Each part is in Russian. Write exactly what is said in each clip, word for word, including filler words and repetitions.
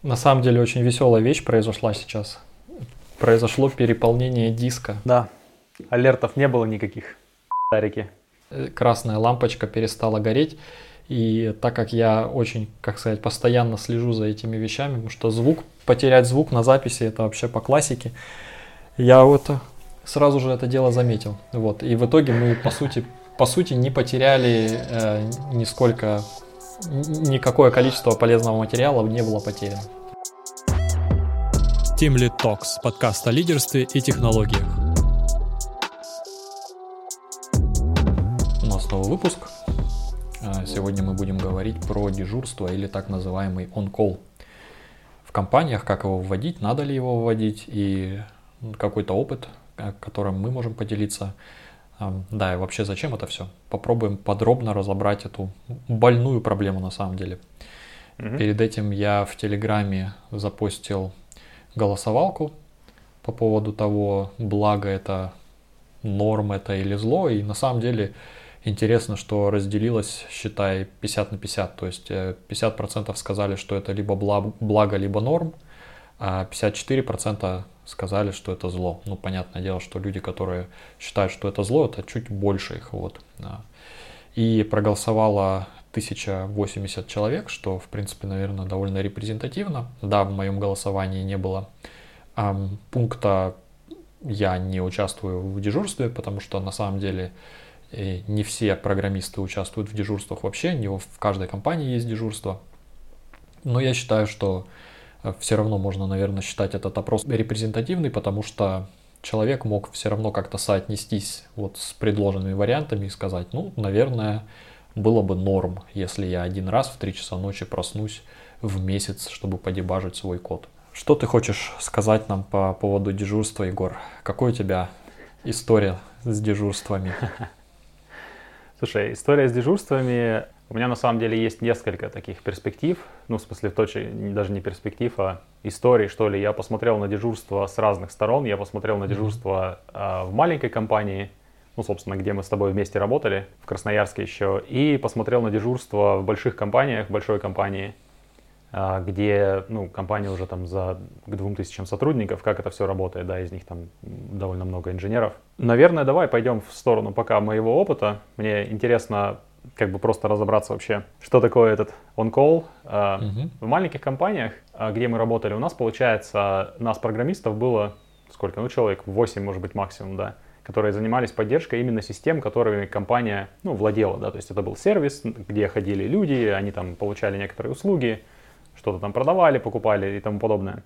На самом деле очень веселая вещь произошла сейчас. Произошло переполнение диска. Да, алертов не было никаких. Тарики. Красная лампочка перестала гореть. И так как я очень, как сказать, постоянно слежу за этими вещами, потому что звук, потерять звук на записи, это вообще по классике, я вот сразу же это дело заметил. Вот. И в итоге мы, по сути, по сути не потеряли э, нисколько, никакое количество полезного материала не было потеряно. Team Lead Talks, подкаст о лидерстве и технологиях. У нас новый выпуск. Сегодня мы будем говорить про дежурство или так называемый on-call. В компаниях, как его вводить, надо ли его вводить и какой-то опыт, которым мы можем поделиться. Да, и вообще зачем это все? Попробуем подробно разобрать эту больную проблему на самом деле. Mm-hmm. Перед этим я в Телеграме запостил голосовалку по поводу того, благо это, норм это или зло. И на самом деле интересно, что разделилось, считай, пятьдесят на пятьдесят. То есть пятьдесят процентов сказали, что это либо благо, либо норм, а пятьдесят четыре процента сказали, что это зло. Ну, понятное дело, что люди, которые считают, что это зло, это чуть больше их. Вот. И проголосовало тысяча восемьдесят человек, что, в принципе, наверное, довольно репрезентативно. Да, в моем голосовании не было эм, пункта «я не участвую в дежурстве», потому что, на самом деле, не все программисты участвуют в дежурствах вообще, не в каждой компании есть дежурство. Но я считаю, что все равно можно, наверное, считать этот опрос репрезентативный, потому что человек мог все равно как-то соотнестись вот с предложенными вариантами и сказать, ну, наверное, было бы норм, если я один раз в три часа ночи проснусь в месяц, чтобы подебажить свой код. Что ты хочешь сказать нам по поводу дежурства, Егор? Какая у тебя история с дежурствами? Слушай, история с дежурствами, у меня на самом деле есть несколько таких перспектив, ну, в смысле, в точке, даже не перспектив, а историй, что ли. Я посмотрел на дежурство с разных сторон, я посмотрел на дежурство а, в маленькой компании, ну, собственно, где мы с тобой вместе работали, в Красноярске еще, и посмотрел на дежурство в больших компаниях, большой компании, а, где, ну, компания уже там за к двум тысячам сотрудников, как это все работает, да, из них там довольно много инженеров. Наверное, давай пойдем в сторону пока моего опыта. Мне интересно как бы просто разобраться вообще, что такое этот on-call. Uh-huh. В маленьких компаниях, где мы работали, у нас, получается, нас, программистов, было сколько? Ну, человек восемь, может быть, максимум, да, которые занимались поддержкой именно систем, которыми компания, ну, владела, да, то есть это был сервис, где ходили люди, они там получали некоторые услуги, что-то там продавали, покупали и тому подобное.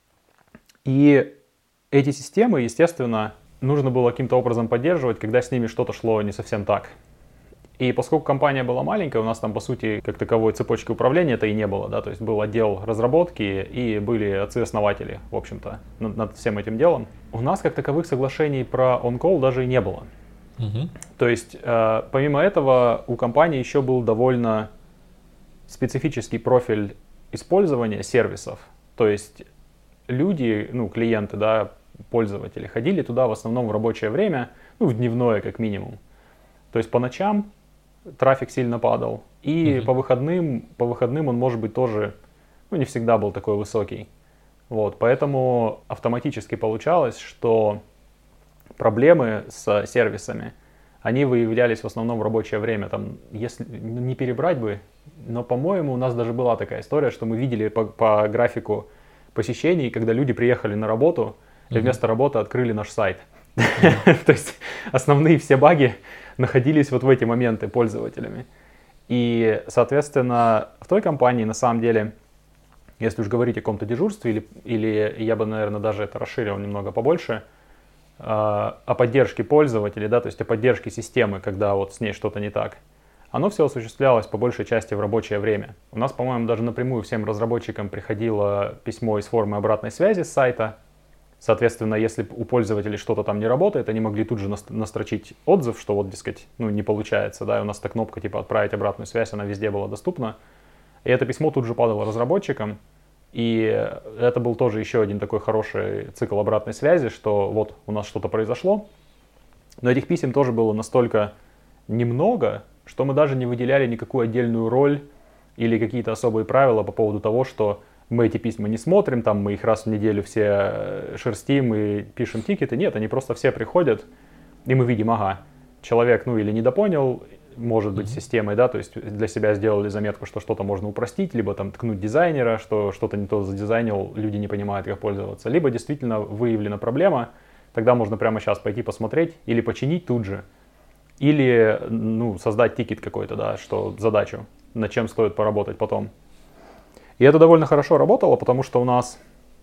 И эти системы, естественно, нужно было каким-то образом поддерживать, когда с ними что-то шло не совсем так. И поскольку компания была маленькая, у нас там, по сути, как таковой цепочки управления-то и не было, да, то есть был отдел разработки и были отцы-основатели, в общем-то, над, над всем этим делом. У нас как таковых соглашений про on-call даже и не было. Uh-huh. То есть, э, помимо этого, у компании еще был довольно специфический профиль использования сервисов. То есть люди, ну, клиенты, да, пользователи, ходили туда в основном в рабочее время, ну, в дневное как минимум. То есть по ночам трафик сильно падал, и uh-huh. по выходным, по выходным он, может быть, тоже, ну, не всегда был такой высокий. Вот, поэтому автоматически получалось, что проблемы с сервисами, они выявлялись в основном в рабочее время. Там, если не перебрать бы, но, по-моему, у нас даже была такая история, что мы видели по, по графику посещений, когда люди приехали на работу, uh-huh. и вместо работы открыли наш сайт. Uh-huh. То есть основные все баги находились вот в эти моменты пользователями. И, соответственно, в той компании, на самом деле, если уж говорить о каком-то дежурстве, или, или я бы, наверное, даже это расширил немного побольше, э, о поддержке пользователей, да, то есть о поддержке системы, когда вот с ней что-то не так, оно все осуществлялось по большей части в рабочее время. У нас, по-моему, даже напрямую всем разработчикам приходило письмо из формы обратной связи с сайта. Соответственно, если у пользователей что-то там не работает, они могли тут же настрочить отзыв, что вот, дескать, ну, не получается, да, и у нас эта кнопка типа «Отправить обратную связь», она везде была доступна. И это письмо тут же падало разработчикам, и это был тоже еще один такой хороший цикл обратной связи, что вот у нас что-то произошло, но этих писем тоже было настолько немного, что мы даже не выделяли никакую отдельную роль или какие-то особые правила по поводу того, что мы эти письма не смотрим, там мы их раз в неделю все шерстим и пишем тикеты. Нет, они просто все приходят, и мы видим, ага, человек, ну, или недопонял, может быть, системой, да, то есть для себя сделали заметку, что что-то можно упростить, либо там ткнуть дизайнера, что что-то не то задизайнил, люди не понимают, как пользоваться, либо действительно выявлена проблема, тогда можно прямо сейчас пойти посмотреть или починить тут же, или, ну, создать тикет какой-то, да, что задачу, над чем стоит поработать потом. И это довольно хорошо работало, потому что у нас,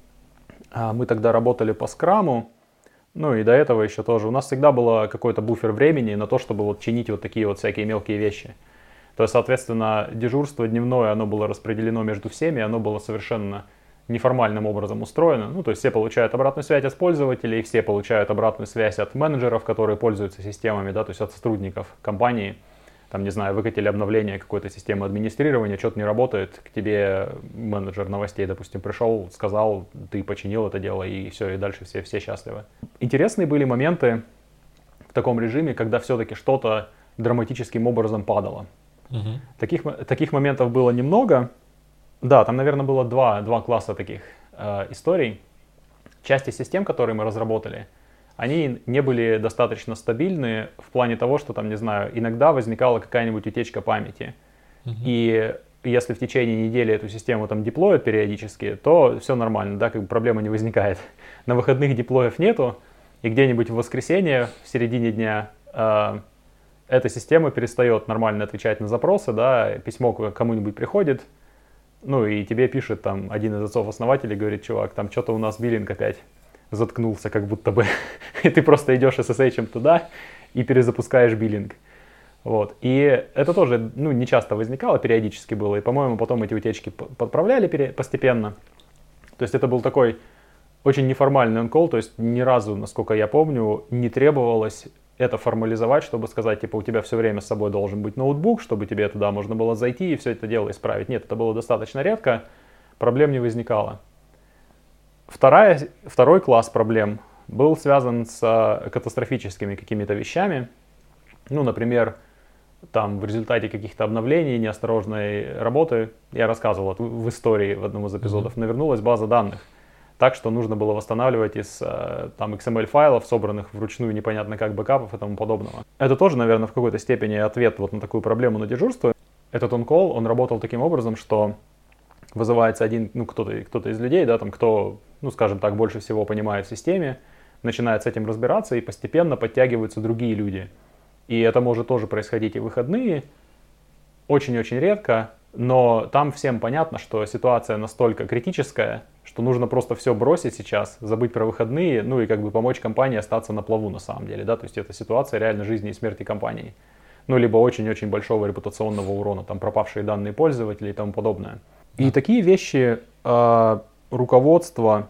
а, мы тогда работали по скраму, ну и до этого еще тоже. У нас всегда был какой-то буфер времени на то, чтобы вот чинить вот такие вот всякие мелкие вещи. То есть, соответственно, дежурство дневное, оно было распределено между всеми, оно было совершенно неформальным образом устроено. Ну, то есть все получают обратную связь от пользователей, все получают обратную связь от менеджеров, которые пользуются системами, да, то есть от сотрудников компании. Там, не знаю, выкатили обновление какой-то системы администрирования, что-то не работает, к тебе менеджер новостей, допустим, пришел, сказал, ты починил это дело, и все, и дальше все, все счастливы. Интересные были моменты в таком режиме, когда все-таки что-то драматическим образом падало. Uh-huh. Таких, таких моментов было немного. Да, там, наверное, было два, два класса таких э, историй. Части систем, которые мы разработали, они не были достаточно стабильны в плане того, что там, не знаю, иногда возникала какая-нибудь утечка памяти. Uh-huh. И если в течение недели эту систему там деплоят периодически, то все нормально, да, как бы проблема не возникает. На выходных деплоев нету, и где-нибудь в воскресенье, в середине дня, э, эта система перестает нормально отвечать на запросы, да, письмо кому-нибудь приходит, ну и тебе пишет там один из отцов-основателей, говорит, чувак, там что-то у нас биллинг опять заткнулся, как будто бы, и ты просто идешь эс эс эйчем туда и перезапускаешь биллинг. Вот. И это тоже, ну, не часто возникало, периодически было, и, по-моему, потом эти утечки подправляли постепенно. То есть это был такой очень неформальный on-call, то есть ни разу, насколько я помню, не требовалось это формализовать, чтобы сказать, типа, у тебя все время с собой должен быть ноутбук, чтобы тебе туда можно было зайти и все это дело исправить. Нет, это было достаточно редко, проблем не возникало. Вторая, второй класс проблем был связан с катастрофическими какими-то вещами. Ну, например, там в результате каких-то обновлений, неосторожной работы, я рассказывал в истории в одном из эпизодов, навернулась база данных. Так что нужно было восстанавливать из там икс эм эль-файлов, собранных вручную непонятно как бэкапов и тому подобного. Это тоже, наверное, в какой-то степени ответ вот на такую проблему на дежурство. Этот on-call, он работал таким образом, что вызывается один, ну, кто-то, кто-то из людей, да, там, кто, ну, скажем так, больше всего понимает в системе, начинает с этим разбираться, и постепенно подтягиваются другие люди. И это может тоже происходить и в выходные, очень-очень редко, но там всем понятно, что ситуация настолько критическая, что нужно просто все бросить сейчас, забыть про выходные, ну и как бы помочь компании остаться на плаву на самом деле, да, то есть это ситуация реально жизни и смерти компании. Ну, либо очень-очень большого репутационного урона, там пропавшие данные пользователей и тому подобное. И такие вещи э, руководство,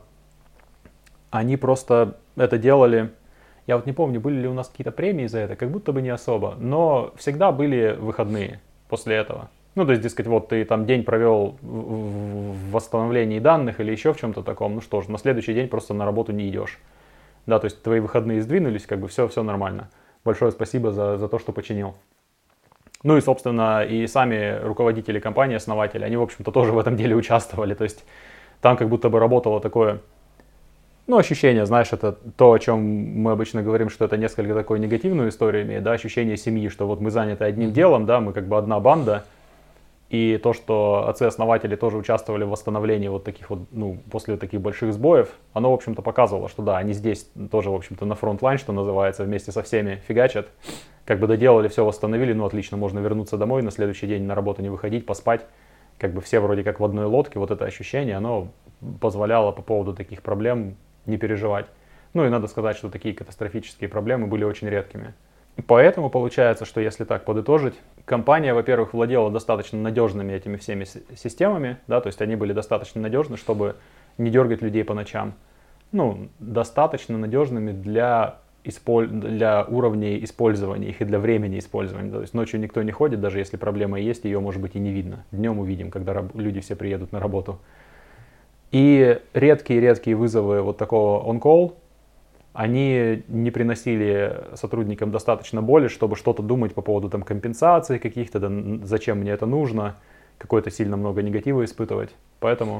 они просто это делали. Я вот не помню, были ли у нас какие-то премии за это, как будто бы не особо, но всегда были выходные после этого. Ну, то есть, дескать, вот ты там день провел в восстановлении данных или еще в чем-то таком, ну что ж, на следующий день просто на работу не идешь. Да, то есть твои выходные сдвинулись, как бы все, все нормально. Большое спасибо за, за то, что починил. Ну и, собственно, и сами руководители компании, основатели, они, в общем-то, тоже в этом деле участвовали. То есть там как будто бы работало такое, ну, ощущение, знаешь, это то, о чем мы обычно говорим, что это несколько такой негативную историю имеет, да, ощущение семьи, что вот мы заняты одним делом, да, мы как бы одна банда. И то, что отцы-основатели тоже участвовали в восстановлении вот таких вот, ну, после таких больших сбоев, оно, в общем-то, показывало, что да, они здесь тоже, в общем-то, на фронт-лайн, что называется, вместе со всеми фигачат. Как бы доделали, все восстановили, ну, отлично, можно вернуться домой, на следующий день на работу не выходить, поспать. Как бы все вроде как в одной лодке, вот это ощущение, оно позволяло по поводу таких проблем не переживать. Ну, и надо сказать, что такие катастрофические проблемы были очень редкими. Поэтому получается, что если так подытожить, компания, во-первых, владела достаточно надежными этими всеми системами, да, то есть они были достаточно надежны, чтобы не дергать людей по ночам. Ну, достаточно надежными для, исполь... для уровней использования их и для времени использования. То есть ночью никто не ходит, даже если проблема есть, ее, может быть, и не видно. Днем увидим, когда раб... люди все приедут на работу. И редкие-редкие вызовы вот такого on-call, они не приносили сотрудникам достаточно боли, чтобы что-то думать по поводу там, компенсации каких-то, да, зачем мне это нужно, какое-то сильно много негатива испытывать. Поэтому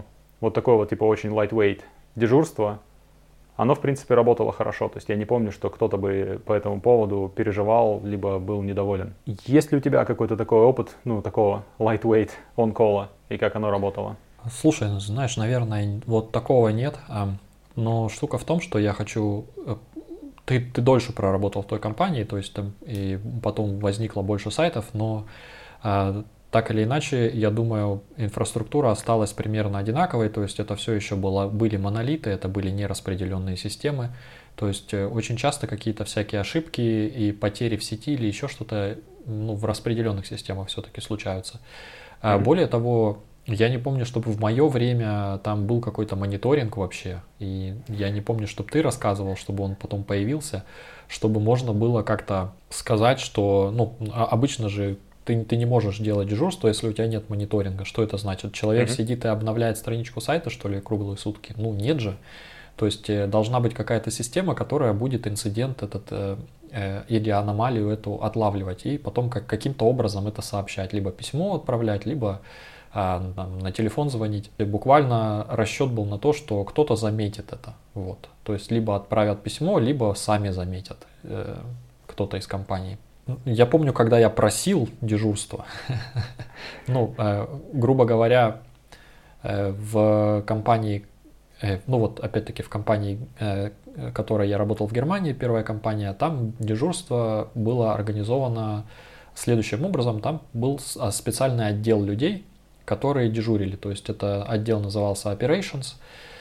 вот такое вот типа очень lightweight дежурство, оно в принципе работало хорошо. То есть я не помню, что кто-то бы по этому поводу переживал, либо был недоволен. Есть ли у тебя какой-то такой опыт, ну такого lightweight on-call, и как оно работало? Слушай, ну, знаешь, наверное, вот такого нет. Но штука в том, что я хочу... Ты, ты дольше проработал в той компании, то есть там и потом возникло больше сайтов, но а, так или иначе, я думаю, инфраструктура осталась примерно одинаковой, то есть это все еще было, были монолиты, это были нераспределенные системы, то есть очень часто какие-то всякие ошибки и потери в сети или еще что-то, ну, в распределенных системах все-таки случаются. А, mm-hmm. Более того, я не помню, чтобы в мое время там был какой-то мониторинг вообще, и я не помню, чтобы ты рассказывал, чтобы он потом появился, чтобы можно было как-то сказать, что, ну, обычно же ты, ты не можешь делать дежурство, если у тебя нет мониторинга. Что это значит? Человек mm-hmm. сидит и обновляет страничку сайта, что ли, круглые сутки? Ну, нет же. То есть должна быть какая-то система, которая будет инцидент этот э, э, или аномалию эту отлавливать, и потом как, каким-то образом это сообщать, либо письмо отправлять, либо там, на телефон звонить. И буквально расчет был на то, что кто-то заметит это. Вот. То есть либо отправят письмо, либо сами заметят э, кто-то из компании. Я помню, когда я просил дежурство, ну, э, грубо говоря, э, в компании, э, ну вот опять-таки в компании, э, которой я работал в Германии, первая компания, там дежурство было организовано следующим образом. Там был специальный отдел людей, которые дежурили, то есть это отдел назывался Operations,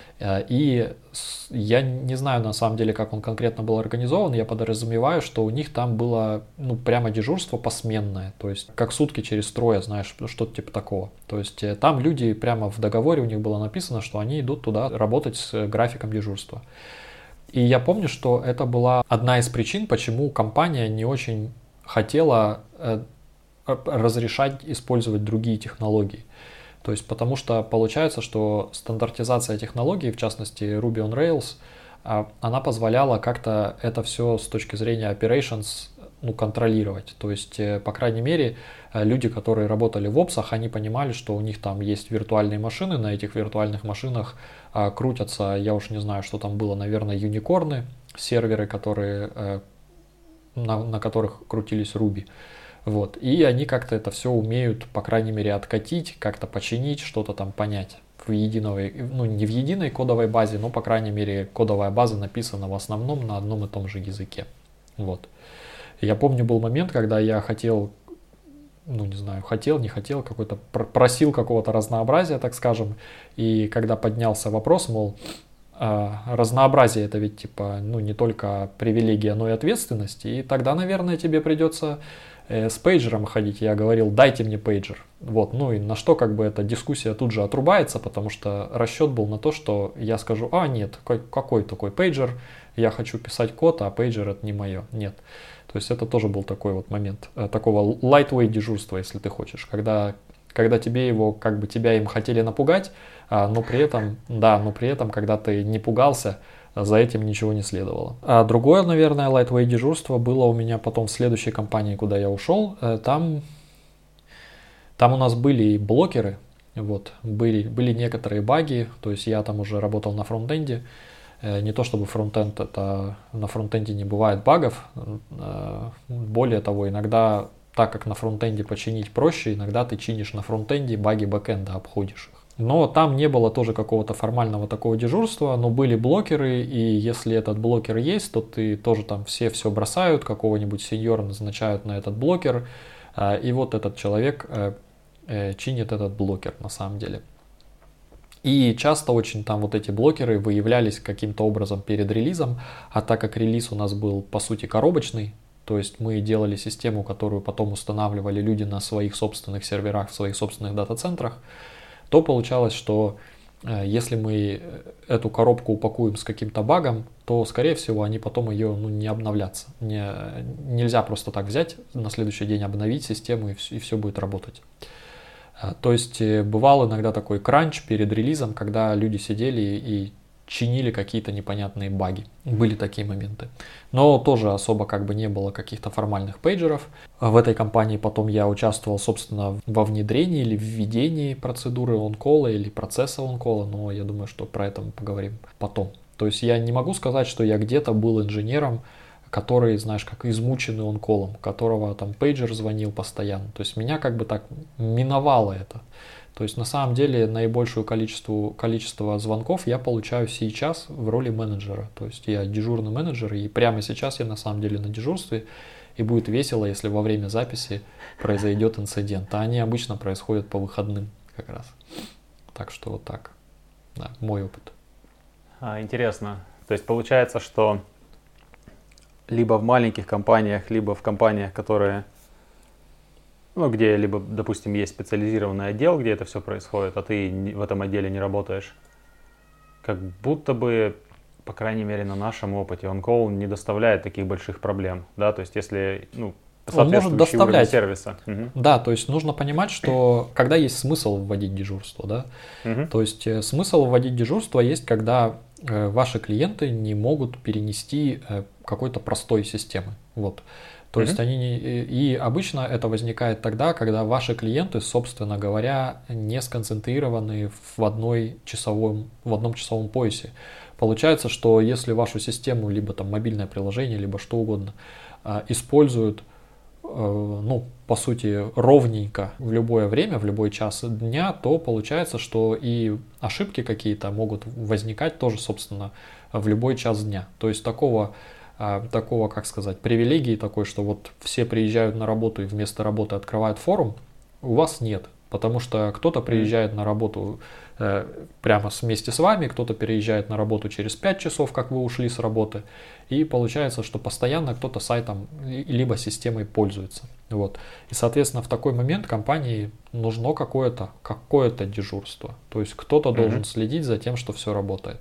и я не знаю на самом деле, как он конкретно был организован, я подразумеваю, что у них там было, ну, прямо дежурство посменное, то есть как сутки через трое, знаешь, что-то типа такого. То есть там люди прямо в договоре у них было написано, что они идут туда работать с графиком дежурства. И я помню, что это была одна из причин, почему компания не очень хотела разрешать использовать другие технологии. То есть потому что получается, что стандартизация технологий, в частности Ruby on Rails, она позволяла как-то это все с точки зрения operations, ну, контролировать. То есть, по крайней мере, люди, которые работали в опсах, они понимали, что у них там есть виртуальные машины, на этих виртуальных машинах а, крутятся, я уж не знаю, что там было, наверное, юникорны, серверы, которые, а, на, на которых крутились Ruby. Вот. И они как-то это все умеют, по крайней мере, откатить, как-то починить, что-то там понять в единой, ну не в единой кодовой базе, но, по крайней мере, кодовая база написана в основном на одном и том же языке. Вот. Я помню, был момент, когда я хотел, ну не знаю, хотел, не хотел, какой-то просил какого-то разнообразия, так скажем, и когда поднялся вопрос, мол, разнообразие это ведь типа, ну не только привилегия, но и ответственность, и тогда, наверное, тебе придется с пейджером ходить. Я говорил, дайте мне пейджер. Вот, ну и на что как бы эта дискуссия тут же отрубается, потому что расчет был на то, что я скажу, а нет, какой такой пейджер, я хочу писать код, а пейджер это не мое. Нет. То есть это тоже был такой вот момент, такого lightweight дежурства, если ты хочешь, когда, когда тебе его, как бы тебя им хотели напугать, но при этом, да, но при этом, когда ты не пугался, за этим ничего не следовало. А другое, наверное, lightweight дежурство было у меня потом в следующей компании, куда я ушел. Там, там у нас были и блокеры, вот, были, были некоторые баги, то есть я там уже работал на фронтенде. Не то чтобы фронтенд, это на фронтенде не бывает багов. Более того, иногда, так как на фронтенде починить проще, иногда ты чинишь на фронтенде, баги бэкенда обходишь их. Но там не было тоже какого-то формального такого дежурства, но были блокеры, и если этот блокер есть, то ты тоже там все все бросают, какого-нибудь сеньора назначают на этот блокер, и вот этот человек чинит этот блокер на самом деле. И часто очень там вот эти блокеры выявлялись каким-то образом перед релизом, а так как релиз у нас был по сути коробочный, то есть мы делали систему, которую потом устанавливали люди на своих собственных серверах, в своих собственных дата-центрах, то получалось, что э, если мы эту коробку упакуем с каким-то багом, то, скорее всего, они потом ее, ну, не обновлятся. Не, нельзя просто так взять, на следующий день обновить систему, и все, и все будет работать. То есть бывал иногда такой кранч перед релизом, когда люди сидели и чинили какие-то непонятные баги. Были такие моменты. Но тоже особо как бы не было каких-то формальных пейджеров. В этой компании потом я участвовал, собственно, во внедрении или введении процедуры он-колла или процесса он-колла, но я думаю, что про это мы поговорим потом. То есть я не могу сказать, что я где-то был инженером, который, знаешь, как измученный он-коллом, у которого там пейджер звонил постоянно. То есть меня как бы так миновало это. То есть на самом деле наибольшее количество, количество звонков я получаю сейчас в роли менеджера. То есть я дежурный менеджер, и прямо сейчас я на самом деле на дежурстве, и будет весело, если во время записи произойдет инцидент. А они обычно происходят по выходным как раз. Так что вот так. Да, мой опыт. А, интересно. То есть получается, что либо в маленьких компаниях, либо в компаниях, которые... Ну, где либо, допустим, есть специализированный отдел, где это все происходит, а ты в этом отделе не работаешь. Как будто бы, по крайней мере, на нашем опыте, он-колл не доставляет таких больших проблем, да, то есть если, ну, соответствующий уровень сервиса. Угу. Да, то есть нужно понимать, что когда есть смысл вводить дежурство, да, угу. То есть э, смысл вводить дежурство есть, когда э, ваши клиенты не могут перенести э, какой-то простой системы, вот. То mm-hmm. есть они не, и обычно это возникает тогда, когда ваши клиенты, собственно говоря, не сконцентрированы в, одной часовом, в одном часовом поясе. Получается, что если вашу систему, либо там мобильное приложение, либо что угодно, используют, ну, по сути, ровненько в любое время, в любой час дня, то получается, что и ошибки какие-то могут возникать тоже, собственно, в любой час дня. То есть такого... такого, как сказать, привилегии такой, что вот все приезжают на работу и вместо работы открывают форум, у вас нет. Потому что кто-то приезжает на работу э, прямо вместе с вами, кто-то переезжает на работу через пять часов, как вы ушли с работы. И получается, что постоянно кто-то сайтом либо системой пользуется. Вот. И, соответственно, в такой момент компании нужно какое-то, какое-то дежурство. То есть кто-то mm-hmm. должен следить за тем, что все работает.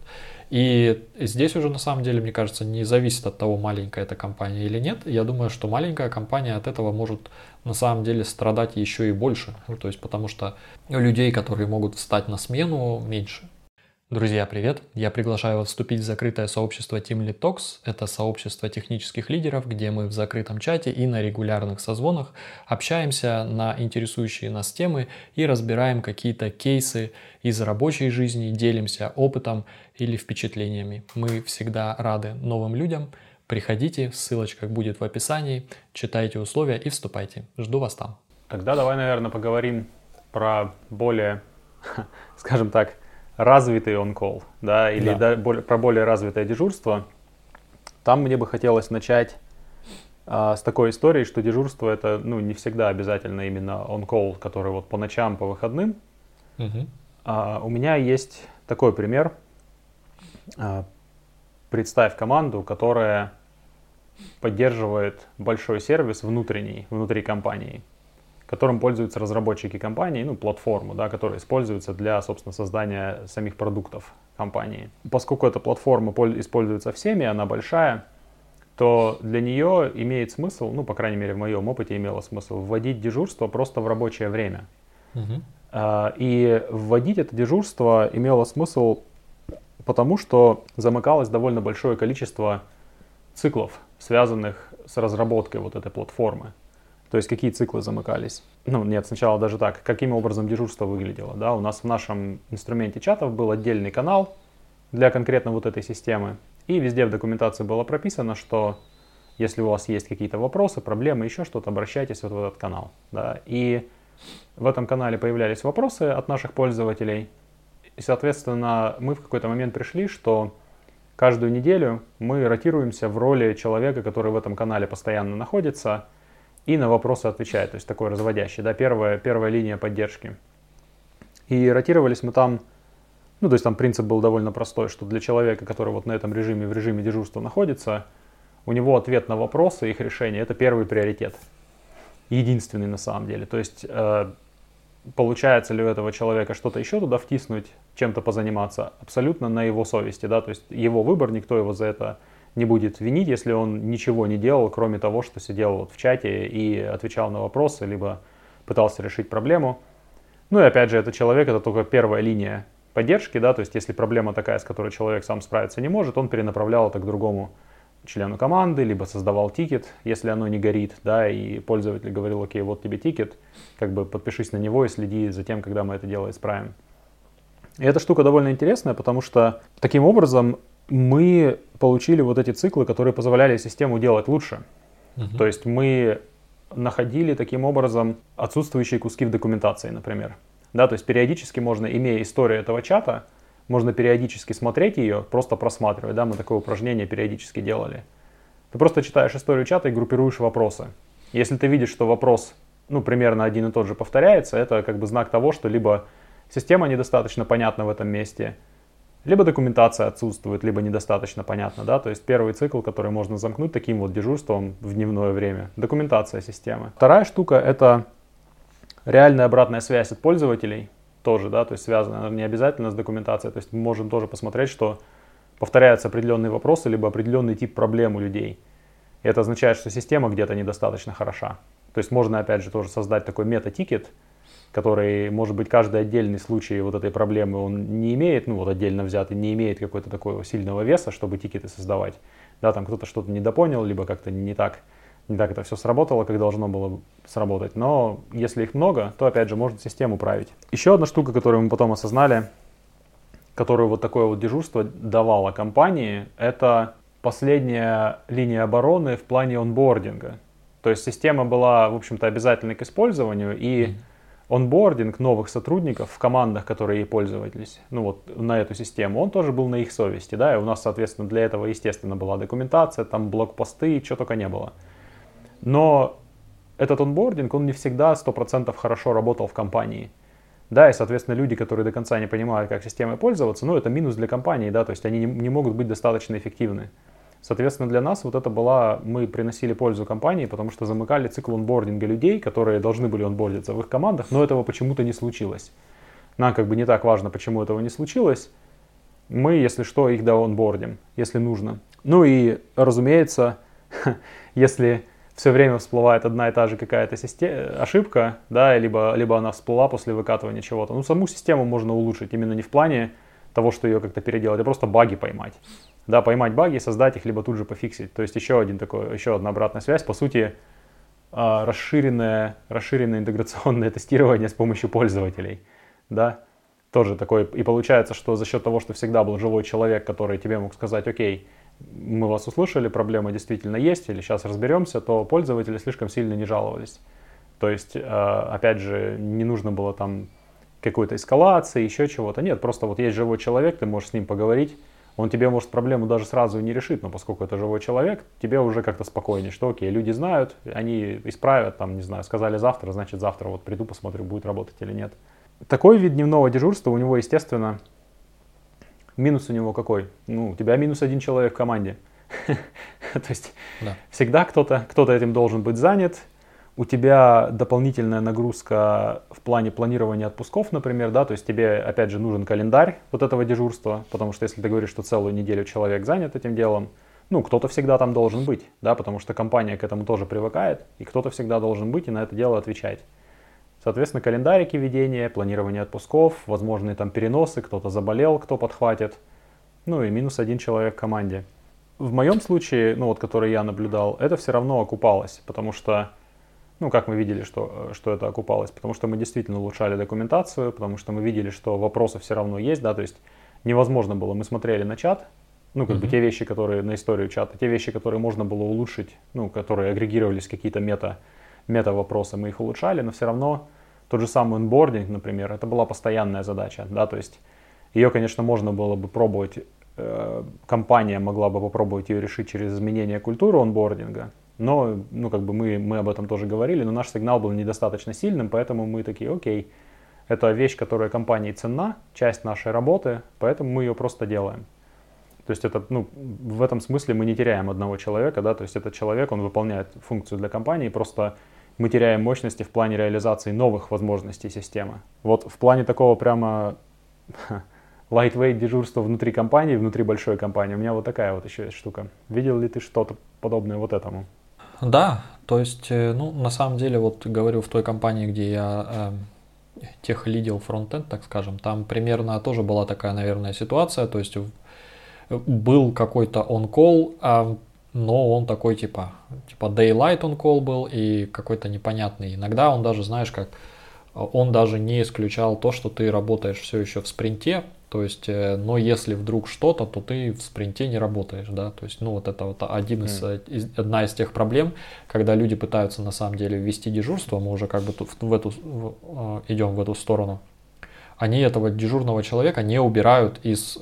И здесь уже на самом деле, мне кажется, не зависит от того, маленькая эта компания или нет. Я думаю, что маленькая компания от этого может на самом деле страдать еще и больше. Ну, то есть потому что людей, которые могут встать на смену, меньше. Друзья, привет! Я приглашаю вас вступить в закрытое сообщество Team Lead Talks. Это сообщество технических лидеров, где мы в закрытом чате и на регулярных созвонах общаемся на интересующие нас темы и разбираем какие-то кейсы из рабочей жизни, делимся опытом или впечатлениями. Мы всегда рады новым людям. Приходите, ссылочка будет в описании, читайте условия и вступайте. Жду вас там. Тогда давай, наверное, поговорим про более, скажем так, развитый он-колл, да, или да. Да, более, про более развитое дежурство. Там мне бы хотелось начать а, с такой истории, что дежурство это, ну, не всегда обязательно именно он-колл, который вот по ночам, по выходным. Угу. А, у меня есть такой пример. А, представь команду, которая поддерживает большой сервис внутренний, внутри компании, которым пользуются разработчики компании, ну, платформу, да, которая используется для, собственно, создания самих продуктов компании. Поскольку эта платформа используется всеми, она большая, то для нее имеет смысл, ну, по крайней мере, в моем опыте имело смысл, вводить дежурство просто в рабочее время. Uh-huh. И вводить это дежурство имело смысл потому, что замыкалось довольно большое количество циклов, связанных с разработкой вот этой платформы. То есть какие циклы замыкались? Ну, нет, сначала даже так. Каким образом дежурство выглядело? Да? У нас в нашем инструменте чатов был отдельный канал для конкретно вот этой системы. И везде в документации было прописано, что если у вас есть какие-то вопросы, проблемы, еще что-то, обращайтесь вот в этот канал. Да? И в этом канале появлялись вопросы от наших пользователей. И, соответственно, мы в какой-то момент пришли, что каждую неделю мы ротируемся в роли человека, который в этом канале постоянно находится, и на вопросы отвечает, то есть такой разводящий, да, первая, первая линия поддержки. И ротировались мы там, ну, то есть там принцип был довольно простой, что для человека, который вот на этом режиме, в режиме дежурства находится, у него ответ на вопросы, их решение, это первый приоритет. Единственный на самом деле. То есть э, получается ли у этого человека что-то еще туда втиснуть, чем-то позаниматься, абсолютно на его совести, да, то есть его выбор, никто его за это не будет винить, если он ничего не делал, кроме того, что сидел вот в чате и отвечал на вопросы, либо пытался решить проблему. Ну и опять же, этот человек, это только первая линия поддержки, да, то есть если проблема такая, с которой человек сам справиться не может, он перенаправлял это к другому члену команды, либо создавал тикет, если оно не горит, да, и пользователь говорил: окей, вот тебе тикет, как бы подпишись на него и следи за тем, когда мы это дело исправим. И эта штука довольно интересная, потому что таким образом мы получили вот эти циклы, которые позволяли систему делать лучше. Uh-huh. То есть мы находили таким образом отсутствующие куски в документации, например. Да, то есть периодически можно, имея историю этого чата, можно периодически смотреть ее, просто просматривать. Да, мы такое упражнение периодически делали. Ты просто читаешь историю чата и группируешь вопросы. Если ты видишь, что вопрос, ну, примерно один и тот же повторяется, это как бы знак того, что либо система недостаточно понятна в этом месте, либо документация отсутствует, либо недостаточно понятна, да, то есть первый цикл, который можно замкнуть таким вот дежурством в дневное время, документация системы. Вторая штука — это реальная обратная связь от пользователей, тоже, да, то есть связана не обязательно с документацией, то есть мы можем тоже посмотреть, что повторяются определенные вопросы, либо определенный тип проблем у людей. И это означает, что система где-то недостаточно хороша. То есть можно, опять же, тоже создать такой мета-тикет, который, может быть, каждый отдельный случай вот этой проблемы, он не имеет, ну вот отдельно взятый, не имеет какой-то такого сильного веса, чтобы тикеты создавать. Да, там кто-то что-то недопонял, либо как-то не так, не так это все сработало, как должно было сработать. Но если их много, то, опять же, можно систему править. Еще одна штука, которую мы потом осознали, которую вот такое вот дежурство давало компании, это последняя линия обороны в плане онбординга. То есть система была, в общем-то, обязательной к использованию, и mm-hmm. онбординг новых сотрудников в командах, которые ей пользовались, ну вот на эту систему, он тоже был на их совести, да, и у нас, соответственно, для этого, естественно, была документация, там блокпосты, что только не было. Но этот онбординг, он не всегда сто процентов хорошо работал в компании, да, и, соответственно, люди, которые до конца не понимают, как системой пользоваться, ну, это минус для компании, да, то есть они не, не могут быть достаточно эффективны. Соответственно, для нас вот это была, мы приносили пользу компании, потому что замыкали цикл онбординга людей, которые должны были онбордиться в их командах, но этого почему-то не случилось. Нам как бы не так важно, почему этого не случилось. Мы, если что, их доонбордим, если нужно. Ну и, разумеется, если все время всплывает одна и та же какая-то система, ошибка, да, либо, либо она всплыла после выкатывания чего-то, ну, саму систему можно улучшить, именно не в плане того, что ее как-то переделать, а просто баги поймать. Да, поймать баги, создать их, либо тут же пофиксить. То есть еще, один такой, еще одна обратная связь. По сути, расширенное, расширенное интеграционное тестирование с помощью пользователей. Да, тоже такой. И получается, что за счет того, что всегда был живой человек, который тебе мог сказать: окей, мы вас услышали, проблема действительно есть, или сейчас разберемся, то пользователи слишком сильно не жаловались. То есть, опять же, не нужно было там какой-то эскалации, еще чего-то. Нет, просто вот есть живой человек, ты можешь с ним поговорить. Он тебе, может, проблему даже сразу и не решит, но поскольку это живой человек, тебе уже как-то спокойнее, что окей, люди знают, они исправят, там, не знаю, сказали завтра, значит завтра вот приду, посмотрю, будет работать или нет. Такой вид дневного дежурства у него, естественно, минус у него какой? Ну, у тебя минус один человек в команде. То есть всегда кто-то, кто-то этим должен быть занят. У тебя дополнительная нагрузка в плане планирования отпусков, например, да, то есть тебе, опять же, нужен календарь вот этого дежурства, потому что если ты говоришь, что целую неделю человек занят этим делом, ну, кто-то всегда там должен быть, да, потому что компания к этому тоже привыкает, и кто-то всегда должен быть и на это дело отвечать. Соответственно, календарики ведения, планирование отпусков, возможные там переносы, кто-то заболел, кто подхватит, ну и минус один человек в команде. В моем случае, ну вот, который я наблюдал, это все равно окупалось, потому что Ну, как мы видели, что, что это окупалось? Потому что мы действительно улучшали документацию, потому что мы видели, что вопросы все равно есть, да, то есть невозможно было, мы смотрели на чат, ну, как mm-hmm. бы те вещи, которые на историю чата, те вещи, которые можно было улучшить, ну, которые агрегировались какие-то мета, мета-вопросы, мы их улучшали, но все равно тот же самый онбординг, например, это была постоянная задача, да, то есть ее, конечно, можно было бы пробовать, э, компания могла бы попробовать ее решить через изменение культуры онбординга. Но, ну, как бы мы, мы об этом тоже говорили, но наш сигнал был недостаточно сильным, поэтому мы такие: окей, это вещь, которая компании ценна, часть нашей работы, поэтому мы ее просто делаем. То есть это, ну, в этом смысле мы не теряем одного человека, да, то есть этот человек, он выполняет функцию для компании, просто мы теряем мощности в плане реализации новых возможностей системы. Вот в плане такого прямо lightweight дежурства внутри компании, внутри большой компании, у меня вот такая вот еще есть штука. Видел ли ты что-то подобное вот этому? Да, то есть, ну, на самом деле, вот говорю, в той компании, где я э, тех лидил фронтенд, так скажем, там примерно тоже была такая, наверное, ситуация, то есть был какой-то on-call, а, но он такой типа, типа daylight on-call был и какой-то непонятный. Иногда он даже, знаешь, как он даже не исключал то, что ты работаешь все еще в спринте, то есть, но если вдруг что-то, то ты в спринте не работаешь, да, то есть, ну вот это вот один из, mm. из, одна из тех проблем, когда люди пытаются на самом деле ввести дежурство, мы уже как бы тут в эту, в, идем в эту сторону, они этого дежурного человека не убирают из,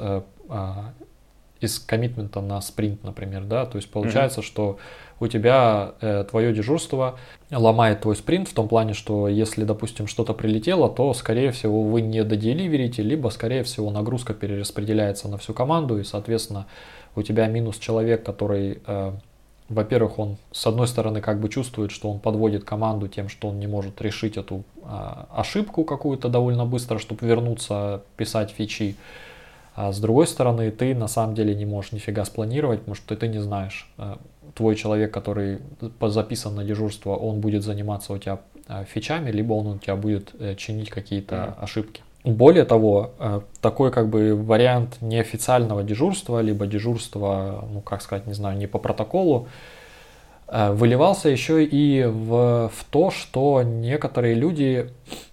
из коммитмента на спринт, например, да, то есть получается, mm-hmm. что у тебя э, твое дежурство ломает твой спринт в том плане, что если, допустим, что-то прилетело, то, скорее всего, вы не доделиверите, либо, скорее всего, нагрузка перераспределяется на всю команду, и, соответственно, у тебя минус человек, который, э, во-первых, он, с одной стороны, как бы чувствует, что он подводит команду тем, что он не может решить эту э, ошибку какую-то довольно быстро, чтобы вернуться, писать фичи. А с другой стороны, ты на самом деле не можешь нифига спланировать, потому что ты не знаешь, твой человек, который записан на дежурство, он будет заниматься у тебя фичами, либо он у тебя будет чинить какие-то mm-hmm. ошибки. Более того, такой как бы вариант неофициального дежурства, либо дежурства, ну как сказать, не знаю, не по протоколу, выливался еще и в, в то, что некоторые люди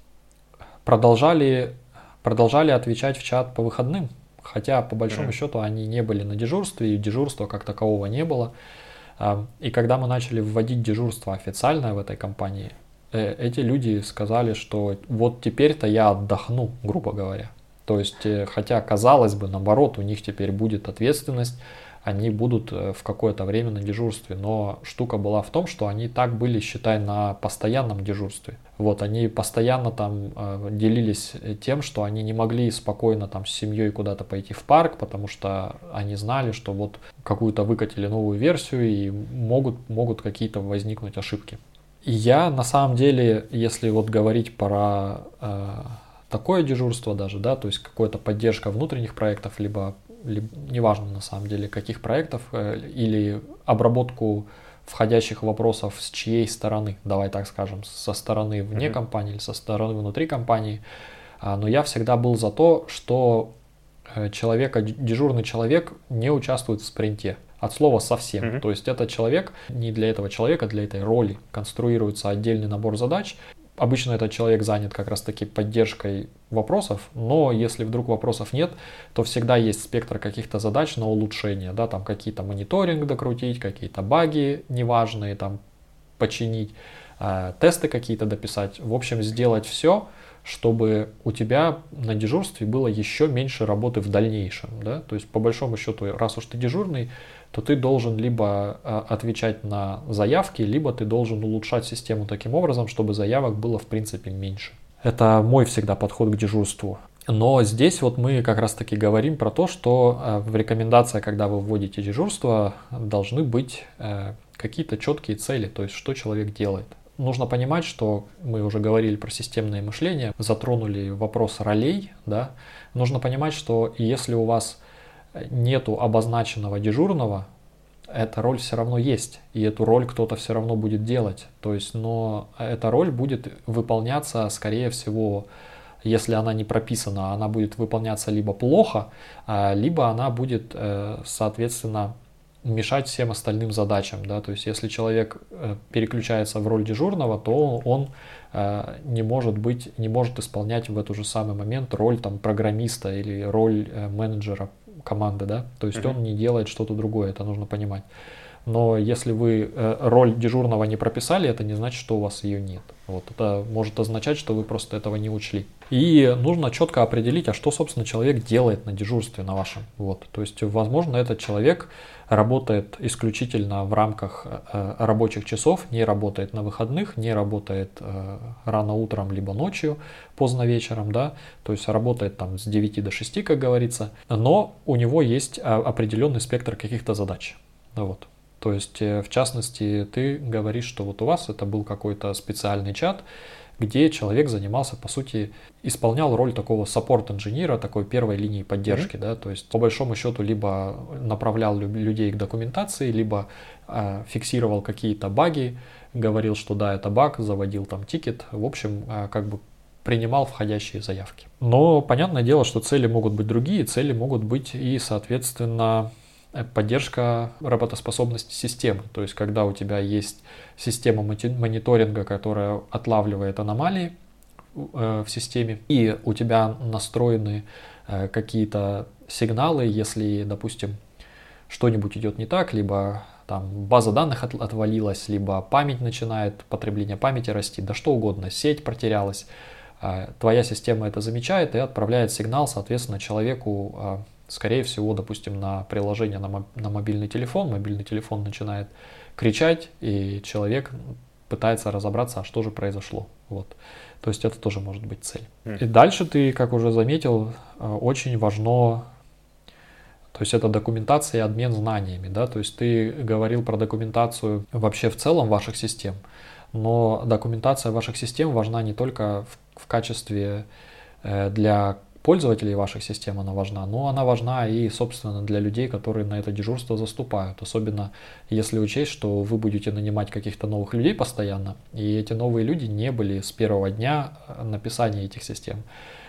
продолжали, продолжали отвечать в чат по выходным. Хотя, по большому mm-hmm. счету, они не были на дежурстве, и дежурства как такового не было. И когда мы начали вводить дежурство официальное в этой компании, эти люди сказали, что вот теперь-то я отдохну, грубо говоря. То есть, хотя, казалось бы, наоборот, у них теперь будет ответственность, они будут в какое-то время на дежурстве. Но штука была в том, что они так были, считай, на постоянном дежурстве. Вот, они постоянно там э, делились тем, что они не могли спокойно там с семьей куда-то пойти в парк, потому что они знали, что вот какую-то выкатили новую версию и могут, могут какие-то возникнуть ошибки. И я на самом деле, если вот говорить про э, такое дежурство даже, да, то есть какая-то поддержка внутренних проектов, либо, либо неважно на самом деле каких проектов, э, или обработку входящих вопросов с чьей стороны, давай так скажем, со стороны вне mm-hmm. компании или со стороны внутри компании. Но я всегда был за то, что человека, дежурный человек не участвует в спринте. От слова совсем. Mm-hmm. То есть этот человек, не для этого человека, для этой роли конструируется отдельный набор задач. Обычно этот человек занят как раз таки поддержкой вопросов, но если вдруг вопросов нет, то всегда есть спектр каких-то задач на улучшение, да, там какие-то мониторинг докрутить, какие-то баги неважные там починить, э, тесты какие-то дописать, в общем сделать все, чтобы у тебя на дежурстве было еще меньше работы в дальнейшем, да, то есть по большому счету, раз уж ты дежурный, то ты должен либо отвечать на заявки, либо ты должен улучшать систему таким образом, чтобы заявок было в принципе меньше. Это мой всегда подход к дежурству. Но здесь вот мы как раз таки говорим про то, что в рекомендациях, когда вы вводите дежурство, должны быть какие-то четкие цели, то есть что человек делает. Нужно понимать, что мы уже говорили про системное мышление, затронули вопрос ролей, да. Нужно понимать, что если у вас нету обозначенного дежурного, эта роль все равно есть, и эту роль кто-то все равно будет делать. То есть, но эта роль будет выполняться, скорее всего, если она не прописана, она будет выполняться либо плохо, либо она будет, соответственно, мешать всем остальным задачам, да, то есть если человек переключается в роль дежурного, то он не может быть, не может исполнять в этот же самый момент роль там программиста или роль менеджера команды, да, то есть mm-hmm. он не делает что-то другое, это нужно понимать. Но если вы роль дежурного не прописали, это не значит, что у вас ее нет. Вот, это может означать, что вы просто этого не учли. И нужно четко определить, а что, собственно, человек делает на дежурстве на вашем. Вот, то есть, возможно, этот человек работает исключительно в рамках э, рабочих часов, не работает на выходных, не работает э, рано утром, либо ночью, поздно вечером, да, то есть работает там с девяти до шести, как говорится, но у него есть определенный спектр каких-то задач. Вот. То есть, в частности, ты говоришь, что вот у вас это был какой-то специальный чат, где человек занимался, по сути, исполнял роль такого саппорт-инженера, такой первой линии поддержки, mm-hmm. да, то есть, по большому счету, либо направлял людей к документации, либо э, фиксировал какие-то баги, говорил, что да, это баг, заводил там тикет, в общем, э, как бы принимал входящие заявки. Но понятное дело, что цели могут быть другие, цели могут быть и, соответственно, поддержка работоспособности системы. То есть, когда у тебя есть система мониторинга, которая отлавливает аномалии в системе, и у тебя настроены какие-то сигналы, если, допустим, что-нибудь идет не так, либо там база данных от, отвалилась, либо память начинает, потребление памяти расти, да что угодно, сеть потерялась, твоя система это замечает и отправляет сигнал, соответственно, человеку, скорее всего, допустим, на приложение на, моб, на мобильный телефон, мобильный телефон начинает кричать, и человек пытается разобраться, а что же произошло. Вот. То есть это тоже может быть цель. Mm. И дальше ты, как уже заметил, очень важно, то есть это документация и обмен знаниями, да, то есть ты говорил про документацию вообще в целом ваших систем, но документация ваших систем важна не только в, в качестве э, для пользователей ваших систем она важна, но она важна и, собственно, для людей, которые на это дежурство заступают. Особенно если учесть, что вы будете нанимать каких-то новых людей постоянно, и эти новые люди не были с первого дня написания этих систем.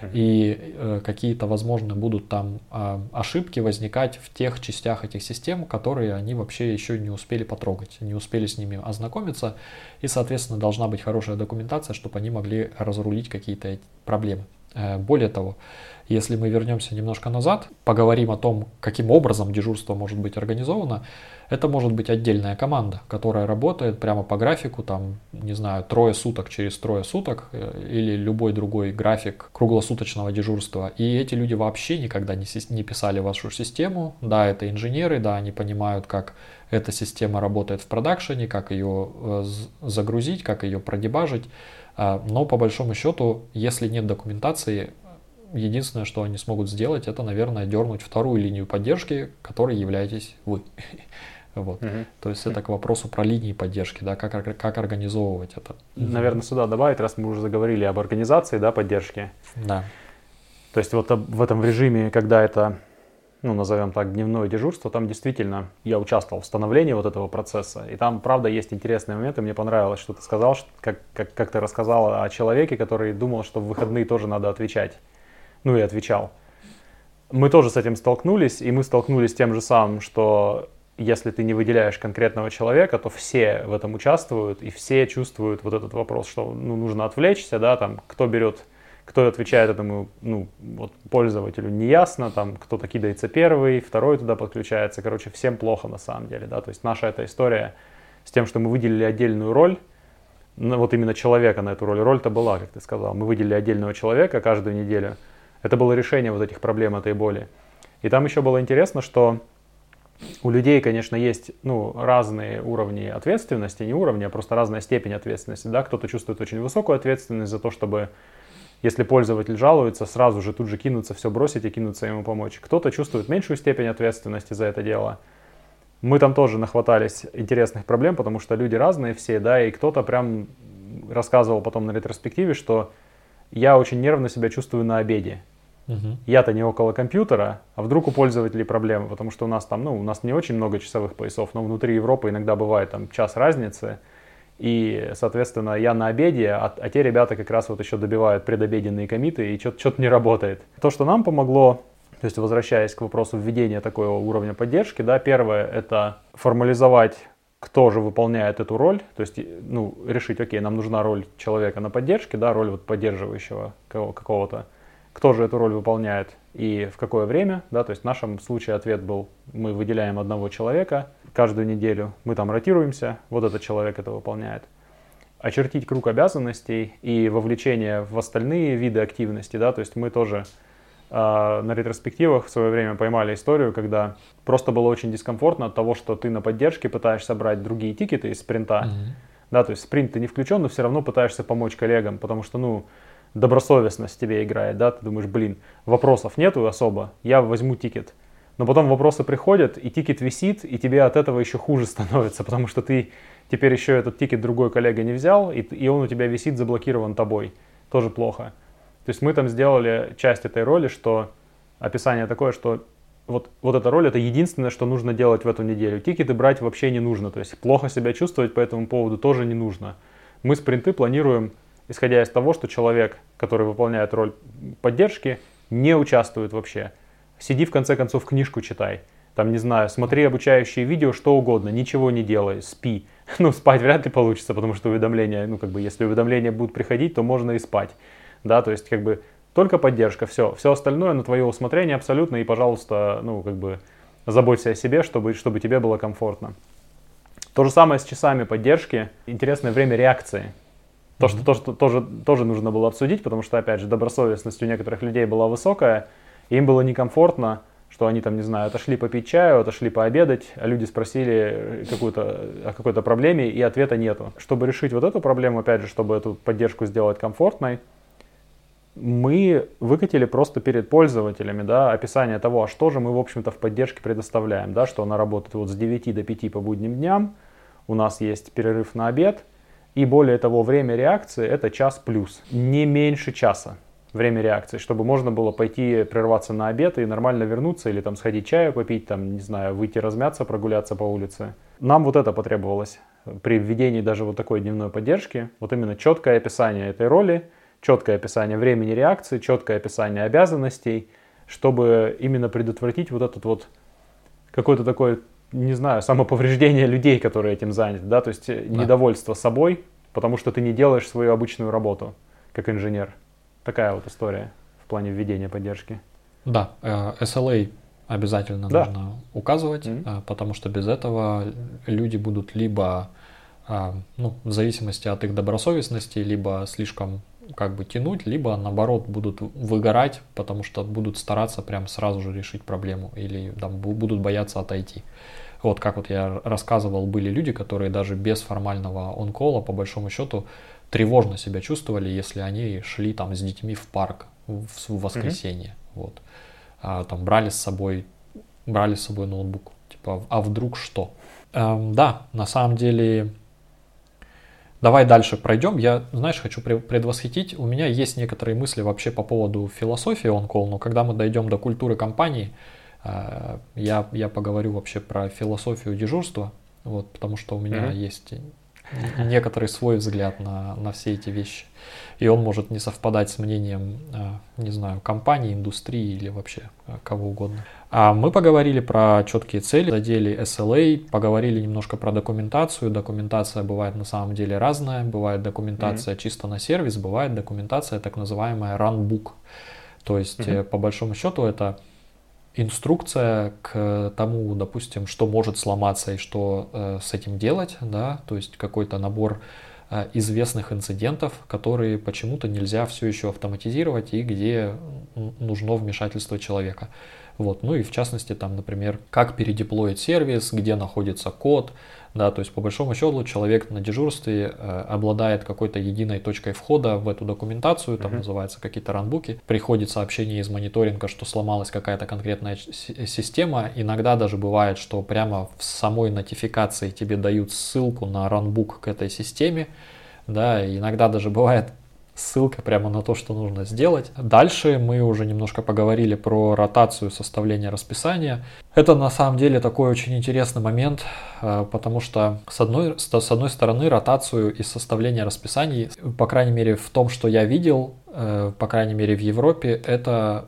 И э, какие-то, возможно, будут там э, ошибки возникать в тех частях этих систем, которые они вообще еще не успели потрогать, не успели с ними ознакомиться. И, соответственно, должна быть хорошая документация, чтобы они могли разрулить какие-то проблемы. Более того, если мы вернемся немножко назад, поговорим о том, каким образом дежурство может быть организовано, это может быть отдельная команда, которая работает прямо по графику, там, не знаю, трое суток через трое суток или любой другой график круглосуточного дежурства. И эти люди вообще никогда не, не писали вашу систему. Да, это инженеры, да, они понимают, как эта система работает в продакшене, как ее загрузить, как ее продебажить. Но по большому счету, если нет документации, единственное, что они смогут сделать, это, наверное, дернуть вторую линию поддержки, которой являетесь вы. Вот. Угу. То есть это к вопросу про линии поддержки, да, как, как организовывать это. Наверное, сюда добавить, раз мы уже заговорили об организации, да, поддержки. Да. То есть вот в этом режиме, когда это, ну, назовем так, дневное дежурство, там действительно я участвовал в становлении вот этого процесса, и там, правда, есть интересные моменты. Мне понравилось, что ты сказал, что, как, как, как ты рассказал о человеке, который думал, что в выходные тоже надо отвечать. Ну и отвечал. Мы тоже с этим столкнулись, и мы столкнулись с тем же самым, что если ты не выделяешь конкретного человека, то все в этом участвуют, и все чувствуют вот этот вопрос, что, ну, нужно отвлечься, да, там, кто берет... Кто отвечает этому, ну, вот, пользователю, неясно, там кто-то кидается первый, второй туда подключается, короче, всем плохо на самом деле, да, то есть наша эта история с тем, что мы выделили отдельную роль, ну, вот именно человека на эту роль, роль-то была, как ты сказал, мы выделили отдельного человека каждую неделю, это было решение вот этих проблем, этой боли. И там еще было интересно, что у людей, конечно, есть, ну, разные уровни ответственности, не уровни, а просто разная степень ответственности, да, кто-то чувствует очень высокую ответственность за то, чтобы... Если пользователь жалуется, сразу же тут же кинуться, все бросить и кинуться ему помочь. Кто-то чувствует меньшую степень ответственности за это дело. Мы там тоже нахватались интересных проблем, потому что люди разные все, да, и кто-то прям рассказывал потом на ретроспективе, что я очень нервно себя чувствую на обеде. Угу. Я-то не около компьютера, а вдруг у пользователей проблемы, потому что у нас там, ну, у нас не очень много часовых поясов, но внутри Европы иногда бывает там час разницы. И, соответственно, я на обеде, а, а те ребята как раз вот еще добивают предобеденные коммиты, и что-то не работает. То, что нам помогло, то есть возвращаясь к вопросу введения такого уровня поддержки, да, первое — это формализовать, кто же выполняет эту роль, то есть, ну, решить, окей, нам нужна роль человека на поддержке, да, роль вот поддерживающего какого-то, кто же эту роль выполняет и в какое время, да, то есть в нашем случае ответ был, мы выделяем одного человека каждую неделю, мы там ротируемся, вот этот человек это выполняет. Очертить круг обязанностей и вовлечение в остальные виды активности, да, то есть мы тоже э, на ретроспективах в свое время поймали историю, когда просто было очень дискомфортно от того, что ты на поддержке пытаешься брать другие тикеты из спринта, mm-hmm. да, то есть спринт ты не включен, но все равно пытаешься помочь коллегам, потому что, ну, добросовестность тебе играет, да, ты думаешь, блин, вопросов нету особо, я возьму тикет. Но потом вопросы приходят, и тикет висит, и тебе от этого еще хуже становится, потому что ты теперь еще этот тикет другой коллега не взял, и, и он у тебя висит, заблокирован тобой. Тоже плохо. То есть мы там сделали часть этой роли, что описание такое, что вот, вот эта роль — это единственное, что нужно делать в эту неделю. Тикеты брать вообще не нужно, то есть плохо себя чувствовать по этому поводу тоже не нужно. Мы спринты планируем исходя из того, что человек, который выполняет роль поддержки, не участвует вообще. Сиди, в конце концов, книжку читай. Там, не знаю, смотри обучающие видео, что угодно, ничего не делай, спи. Ну, спать вряд ли получится, потому что уведомления, ну, как бы, если уведомления будут приходить, то можно и спать. Да, то есть, как бы, только поддержка, все. Все остальное на твое усмотрение абсолютно, и, пожалуйста, ну, как бы, заботься о себе, чтобы, чтобы тебе было комфортно. То же самое с часами поддержки. Интересное время реакции. То, mm-hmm. что, то, что тоже, тоже нужно было обсудить, потому что, опять же, добросовестность у некоторых людей была высокая, и им было некомфортно, что они там, не знаю, отошли попить чаю, отошли пообедать, а люди спросили какую-то, о какой-то проблеме, и ответа нету. Чтобы решить вот эту проблему, опять же, чтобы эту поддержку сделать комфортной, мы выкатили просто перед пользователями, да, описание того, а что же мы, в общем-то, в поддержке предоставляем, да, что она работает вот с девяти до пяти по будним дням, у нас есть перерыв на обед, и более того, время реакции это час плюс, не меньше часа время реакции, чтобы можно было пойти прерваться на обед и нормально вернуться, или там сходить чаю попить, там, не знаю, выйти размяться, прогуляться по улице. Нам вот это потребовалось при введении даже вот такой дневной поддержки, вот именно четкое описание этой роли, четкое описание времени реакции, четкое описание обязанностей, чтобы именно предотвратить вот этот вот какой-то такой, не знаю, самоповреждение людей, которые этим заняты, да, то есть да. недовольство собой, потому что ты не делаешь свою обычную работу как инженер. Такая вот история в плане введения поддержки. Да, эс эл эй обязательно да. нужно указывать, mm-hmm. потому что без этого люди будут либо, ну, в зависимости от их добросовестности, либо слишком как бы тянуть, либо наоборот будут выгорать, потому что будут стараться прям сразу же решить проблему или там, будут бояться отойти. Вот как вот я рассказывал, были люди, которые даже без формального он-колла по большому счету тревожно себя чувствовали, если они шли там с детьми в парк в, в воскресенье. Mm-hmm. Вот. А, там брали с собой, брали с собой ноутбук. Типа, а вдруг что? Эм, да, на самом деле, давай дальше пройдем. Я, знаешь, хочу предвосхитить. У меня есть некоторые мысли вообще по поводу философии on-call, но когда мы дойдем до культуры компании, э, я, я поговорю вообще про философию дежурства, вот, потому что у меня mm-hmm. есть некоторый свой взгляд на, на все эти вещи. И он может не совпадать с мнением, не знаю, компании, индустрии или вообще кого угодно. А мы поговорили про четкие цели, задели эс эл эй, поговорили немножко про документацию. Документация бывает на самом деле разная. Бывает документация mm-hmm. чисто на сервис, бывает документация так называемая runbook. То есть, mm-hmm. по большому счету, это инструкция к тому, допустим, что может сломаться и что э, с этим делать, да, то есть какой-то набор э, известных инцидентов, которые почему-то нельзя все еще автоматизировать и где нужно вмешательство человека. Вот. Ну и в частности, там, например, как передеплоить сервис, где находится код, да, то есть по большому счету человек на дежурстве э, обладает какой-то единой точкой входа в эту документацию, там mm-hmm. называются какие-то ранбуки, приходит сообщение из мониторинга, что сломалась какая-то конкретная с- система, иногда даже бывает, что прямо в самой нотификации тебе дают ссылку на ранбук к этой системе, да, и иногда даже бывает ссылка прямо на то, что нужно сделать. Дальше мы уже немножко поговорили про ротацию составления расписания. Это на самом деле такой очень интересный момент, потому что с одной, с одной стороны ротацию и составление расписаний, по крайней мере в том, что я видел, по крайней мере в Европе, это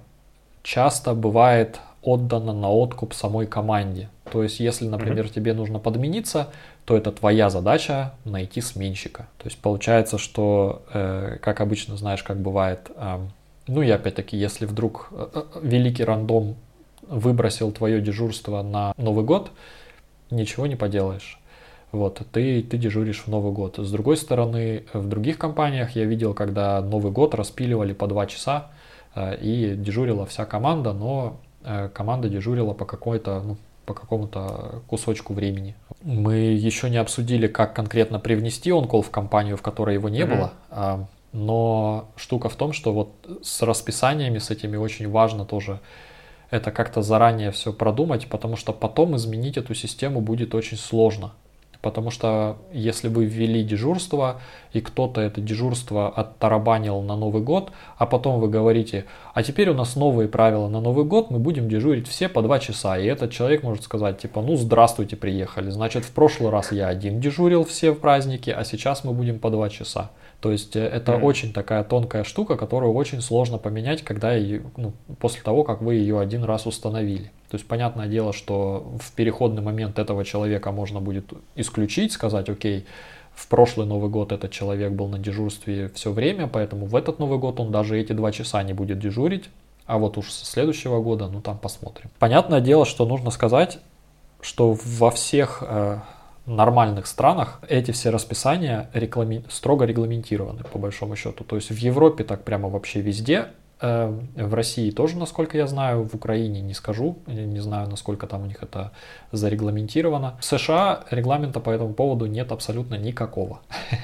часто бывает отдано на откуп самой команде. То есть если, например, mm-hmm. тебе нужно подмениться, то это твоя задача найти сменщика. То есть получается, что, э, как обычно, знаешь, как бывает, э, ну и опять-таки, если вдруг э, великий рандом выбросил твое дежурство на Новый год, ничего не поделаешь. Вот, ты, ты дежуришь в Новый год. С другой стороны, в других компаниях я видел, когда Новый год распиливали по два часа, э, и дежурила вся команда, но э, команда дежурила по какой-то, ну, по какому-то кусочку времени. Мы еще не обсудили, как конкретно привнести on-call в компанию, в которой его не mm-hmm. было, а, но штука в том, что вот с расписаниями, с этими очень важно тоже это как-то заранее все продумать, потому что потом изменить эту систему будет очень сложно. Потому что если вы ввели дежурство, и кто-то это дежурство оттарабанил на Новый год, а потом вы говорите, а теперь у нас новые правила на Новый год, мы будем дежурить все по два часа. И этот человек может сказать, типа, ну здравствуйте, приехали. Значит, в прошлый раз я один дежурил все в праздники, а сейчас мы будем по два часа. То есть это mm-hmm. очень такая тонкая штука, которую очень сложно поменять, когда ее, ну, после того, как вы ее один раз установили. То есть понятное дело, что в переходный момент этого человека можно будет исключить, сказать, окей, в прошлый Новый год этот человек был на дежурстве все время, поэтому в этот Новый год он даже эти два часа не будет дежурить, а вот уж со следующего года, ну там посмотрим. Понятное дело, что нужно сказать, что во всех э, нормальных странах эти все расписания реклами... строго регламентированы, по большому счету. То есть в Европе так прямо вообще везде, э, в России тоже, насколько я знаю, в Украине не скажу, не знаю, насколько там у них это зарегламентировано. В США регламента по этому поводу нет абсолютно никакого.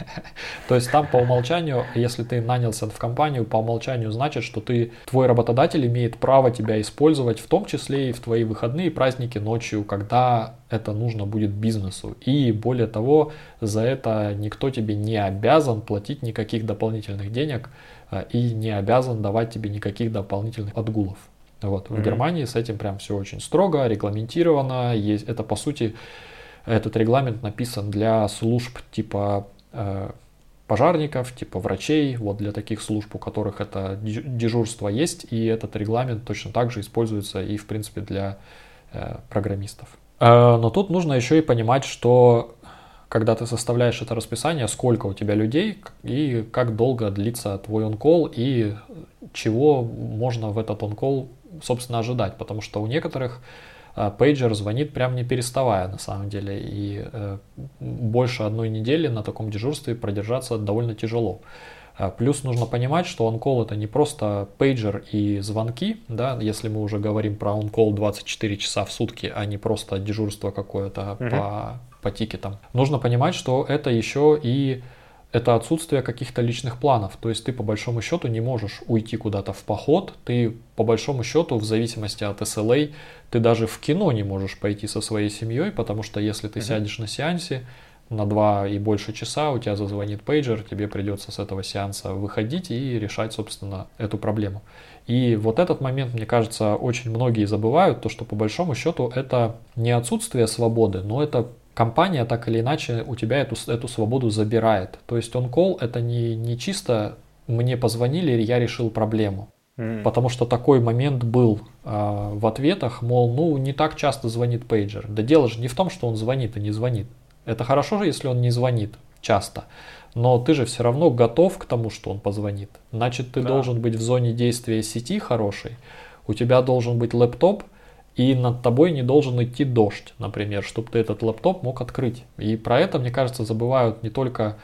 То есть там по умолчанию, если ты нанялся в компанию, по умолчанию значит, что ты, твой работодатель имеет право тебя использовать, в том числе и в твои выходные, праздники, ночью, когда это нужно будет бизнесу. И более того, за это никто тебе не обязан платить никаких дополнительных денег и не обязан давать тебе никаких дополнительных отгулов. Вот. Mm-hmm. В Германии с этим прям все очень строго, регламентировано. Есть, это по сути, этот регламент написан для служб типа э, пожарников, типа врачей, вот для таких служб, у которых это дежурство есть. И этот регламент точно так же используется и в принципе для э, программистов. Э, но тут нужно еще и понимать, что когда ты составляешь это расписание, сколько у тебя людей и как долго длится твой он-колл и чего можно в этот он-колл, собственно, ожидать. Потому что у некоторых э, пейджер звонит прям не переставая на самом деле. И э, больше одной недели на таком дежурстве продержаться довольно тяжело. Э, плюс нужно понимать, что он-колл это не просто пейджер и звонки. Да, если мы уже говорим про он-колл двадцать четыре часа в сутки, а не просто дежурство какое-то uh-huh. по... по тикетам. Нужно понимать, что это еще и это отсутствие каких-то личных планов. То есть ты по большому счету не можешь уйти куда-то в поход. Ты по большому счету, в зависимости от эс эл эй, ты даже в кино не можешь пойти со своей семьей, потому что если ты mm-hmm. сядешь на сеансе на два и больше часа, у тебя зазвонит пейджер, тебе придется с этого сеанса выходить и решать, собственно, эту проблему. И вот этот момент, мне кажется, очень многие забывают, то, что по большому счету это не отсутствие свободы, но это компания так или иначе у тебя эту, эту свободу забирает. То есть он-колл это не, не чисто мне позвонили, я решил проблему. Mm-hmm. Потому что такой момент был э, в ответах, мол, ну не так часто звонит пейджер. Да дело же не в том, что он звонит и не звонит. Это хорошо же, если он не звонит часто. Но ты же все равно готов к тому, что он позвонит. Значит, ты да. должен быть в зоне действия сети хорошей. У тебя должен быть лэптоп. И над тобой не должен идти дождь, например, чтобы ты этот лэптоп мог открыть. И про это, мне кажется, забывают не только,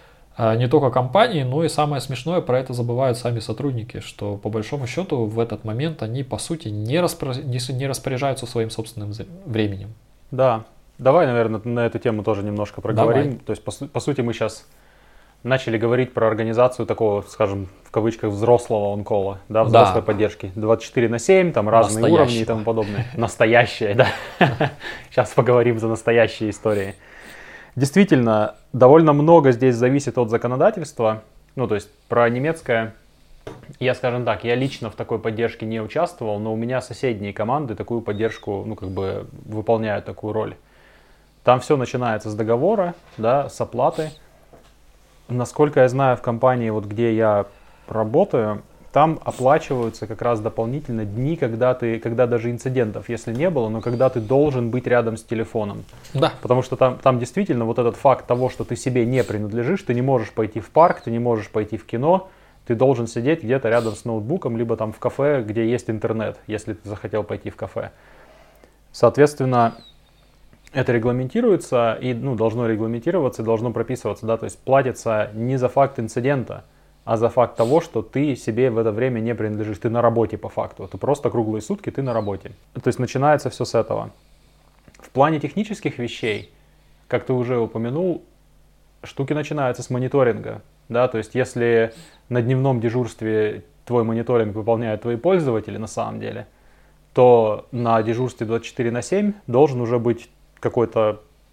не только компании, но и самое смешное, про это забывают сами сотрудники, что по большому счету в этот момент они, по сути, не, распро... не распоряжаются своим собственным временем. Да, давай, наверное, на эту тему тоже немножко проговорим. Давай. То есть, по, по сути, мы сейчас начали говорить про организацию такого, скажем, в кавычках, взрослого он-колла, да, взрослой да. поддержки. двадцать четыре на семь, там разные уровни и тому подобное. Настоящее, да. Сейчас поговорим за настоящие истории. Действительно, довольно много здесь зависит от законодательства. Ну, то есть, про немецкое, я, скажем так, я лично в такой поддержке не участвовал, но у меня соседние команды такую поддержку, ну, как бы, выполняют такую роль. Там все начинается с договора, да, с оплаты. Насколько я знаю, в компании, вот где я работаю, там оплачиваются как раз дополнительно дни, когда ты, когда даже инцидентов, если не было, но когда ты должен быть рядом с телефоном. Да. Потому что там, там действительно вот этот факт того, что ты себе не принадлежишь, ты не можешь пойти в парк, ты не можешь пойти в кино, ты должен сидеть где-то рядом с ноутбуком, либо там в кафе, где есть интернет, если ты захотел пойти в кафе. Соответственно, это регламентируется и ну, должно регламентироваться, должно прописываться, да, то есть платится не за факт инцидента, а за факт того, что ты себе в это время не принадлежишь, ты на работе по факту, ты просто круглые сутки, ты на работе. То есть начинается все с этого. В плане технических вещей, как ты уже упомянул, штуки начинаются с мониторинга, да, то есть если на дневном дежурстве твой мониторинг выполняют твои пользователи на самом деле, то на дежурстве двадцать четыре на семь должен уже быть какой-то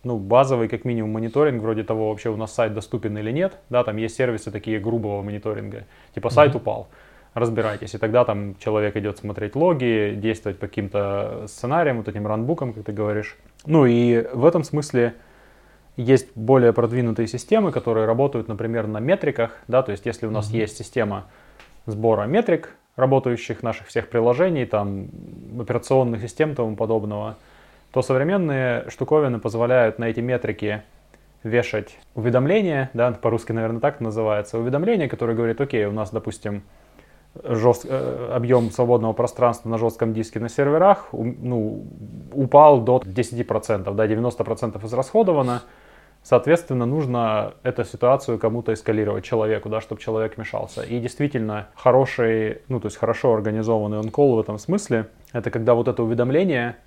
ну, базовый, как минимум, мониторинг, вроде того, вообще у нас сайт доступен или нет. Да, там есть сервисы такие грубого мониторинга, типа сайт mm-hmm. упал, разбирайтесь. И тогда там человек идет смотреть логи, действовать по каким-то сценариям, вот этим ранбукам, как ты говоришь. Ну и в этом смысле есть более продвинутые системы, которые работают, например, на метриках. Да, то есть если у нас mm-hmm. есть система сбора метрик, работающих наших всех приложений, там, операционных систем и тому подобного, то современные штуковины позволяют на эти метрики вешать уведомления, да, по-русски, наверное, так называется, уведомления, которые говорят, окей, у нас, допустим, жест... объем свободного пространства на жестком диске на серверах ну, упал до десять процентов, да, девяносто процентов израсходовано, соответственно, нужно эту ситуацию кому-то эскалировать, человеку, да, чтобы человек мешался. И действительно, хороший, ну, то есть хорошо организованный on-call в этом смысле, это когда вот это уведомление,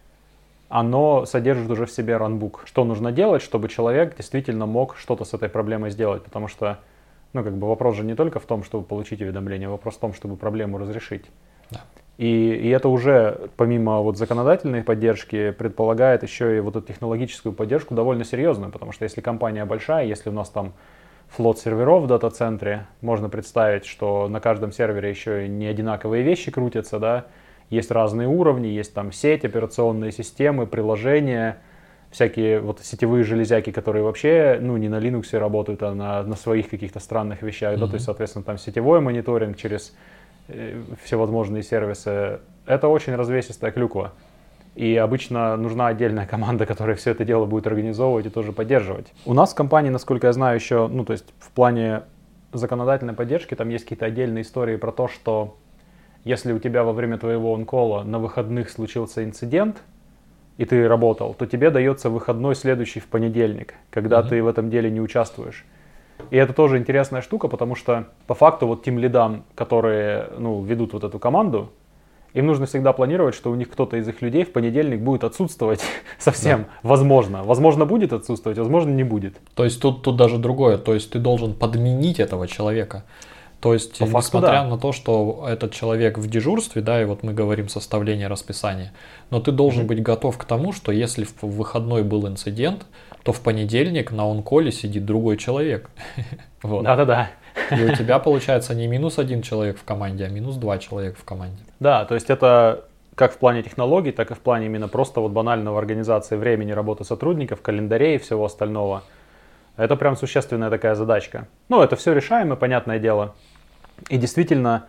оно содержит уже в себе ранбук. Что нужно делать, чтобы человек действительно мог что-то с этой проблемой сделать, потому что, ну, как бы вопрос же не только в том, чтобы получить уведомление, вопрос в том, чтобы проблему разрешить. Да. И, и это уже, помимо вот законодательной поддержки, предполагает еще и вот эту технологическую поддержку довольно серьезную, потому что если компания большая, если у нас там флот серверов в дата-центре, можно представить, что на каждом сервере еще и не одинаковые вещи крутятся, да, есть разные уровни, есть там сеть, операционные системы, приложения, всякие вот сетевые железяки, которые вообще, ну, не на Linux работают, а на, на своих каких-то странных вещах, mm-hmm. да, то есть, соответственно, там сетевой мониторинг через э, всевозможные сервисы. Это очень развесистая клюква. И обычно нужна отдельная команда, которая все это дело будет организовывать и тоже поддерживать. У нас в компании, насколько я знаю, еще, ну, то есть, в плане законодательной поддержки, там есть какие-то отдельные истории про то, что если у тебя во время твоего он-колла на выходных случился инцидент, и ты работал, то тебе дается выходной следующий в понедельник, когда mm-hmm. ты в этом деле не участвуешь. И это тоже интересная штука, потому что по факту вот тимлидам, которые ну, ведут вот эту команду, им нужно всегда планировать, что у них кто-то из их людей в понедельник будет отсутствовать совсем. Да. Возможно. Возможно, будет отсутствовать, возможно, не будет. То есть тут, тут даже другое. То есть ты должен подменить этого человека. То есть, по факту, несмотря да. на то, что этот человек в дежурстве, да, и вот мы говорим составление расписания, но ты должен mm-hmm. быть готов к тому, что если в выходной был инцидент, то в понедельник на он-колле сидит другой человек. Вот. Да-да-да. И у тебя получается не минус один человек в команде, а минус два человека в команде. Да, то есть это как в плане технологий, так и в плане именно просто вот банального организации времени работы сотрудников, календарей и всего остального. Это прям существенная такая задачка. Ну, это все решаемо, понятное дело. И действительно,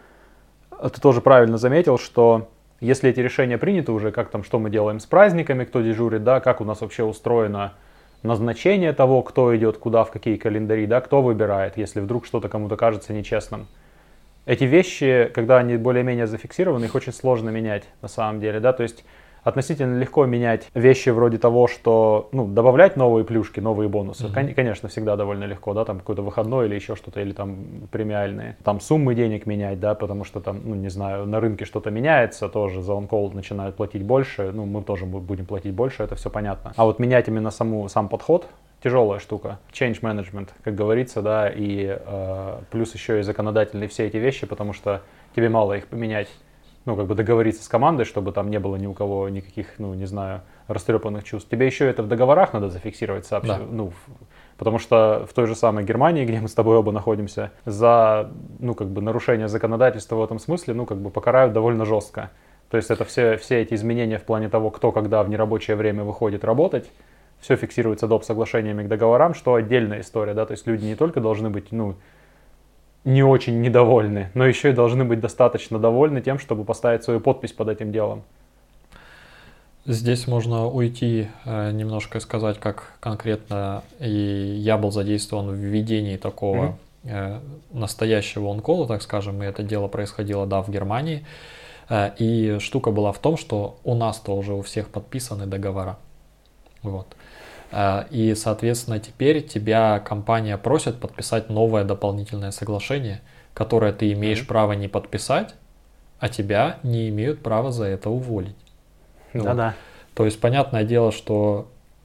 ты тоже правильно заметил, что если эти решения приняты уже, как там, что мы делаем с праздниками, кто дежурит, да, как у нас вообще устроено назначение того, кто идет куда, в какие календари, да, кто выбирает, если вдруг что-то кому-то кажется нечестным. Эти вещи, когда они более-менее зафиксированы, их очень сложно менять на самом деле, да, то есть относительно легко менять вещи вроде того, что, ну, добавлять новые плюшки, новые бонусы, mm-hmm. конечно, всегда довольно легко, да, там какой-то выходной или еще что-то, или там премиальные, там суммы денег менять, да, потому что там, ну, не знаю, на рынке что-то меняется, тоже за on-call начинают платить больше, ну, мы тоже будем платить больше, это все понятно. А вот менять именно саму, сам подход, тяжелая штука, change management, как говорится, да, и э, плюс еще и законодательные все эти вещи, потому что тебе мало их поменять. Ну, как бы договориться с командой, чтобы там не было ни у кого никаких, ну, не знаю, растрепанных чувств. Тебе еще это в договорах надо зафиксировать сообщ... да. ну, потому что в той же самой Германии, где мы с тобой оба находимся, за, ну, как бы нарушение законодательства в этом смысле, ну, как бы покарают довольно жестко. То есть это все, все эти изменения в плане того, кто когда в нерабочее время выходит работать, все фиксируется доп. Соглашениями к договорам, что отдельная история, да, то есть люди не только должны быть, ну, не очень недовольны, но еще и должны быть достаточно довольны тем, чтобы поставить свою подпись под этим делом. Здесь можно уйти э, немножко и сказать, как конкретно и я был задействован в введении такого mm-hmm. э, настоящего on-call, так скажем, и это дело происходило, да, в Германии. Э, и штука была в том, что у нас-то уже у всех подписаны договора. Вот. И, соответственно, теперь тебя компания просит подписать новое дополнительное соглашение, которое ты имеешь mm-hmm. право не подписать, а тебя не имеют права за это уволить. Да-да. Вот. То есть, понятное дело, что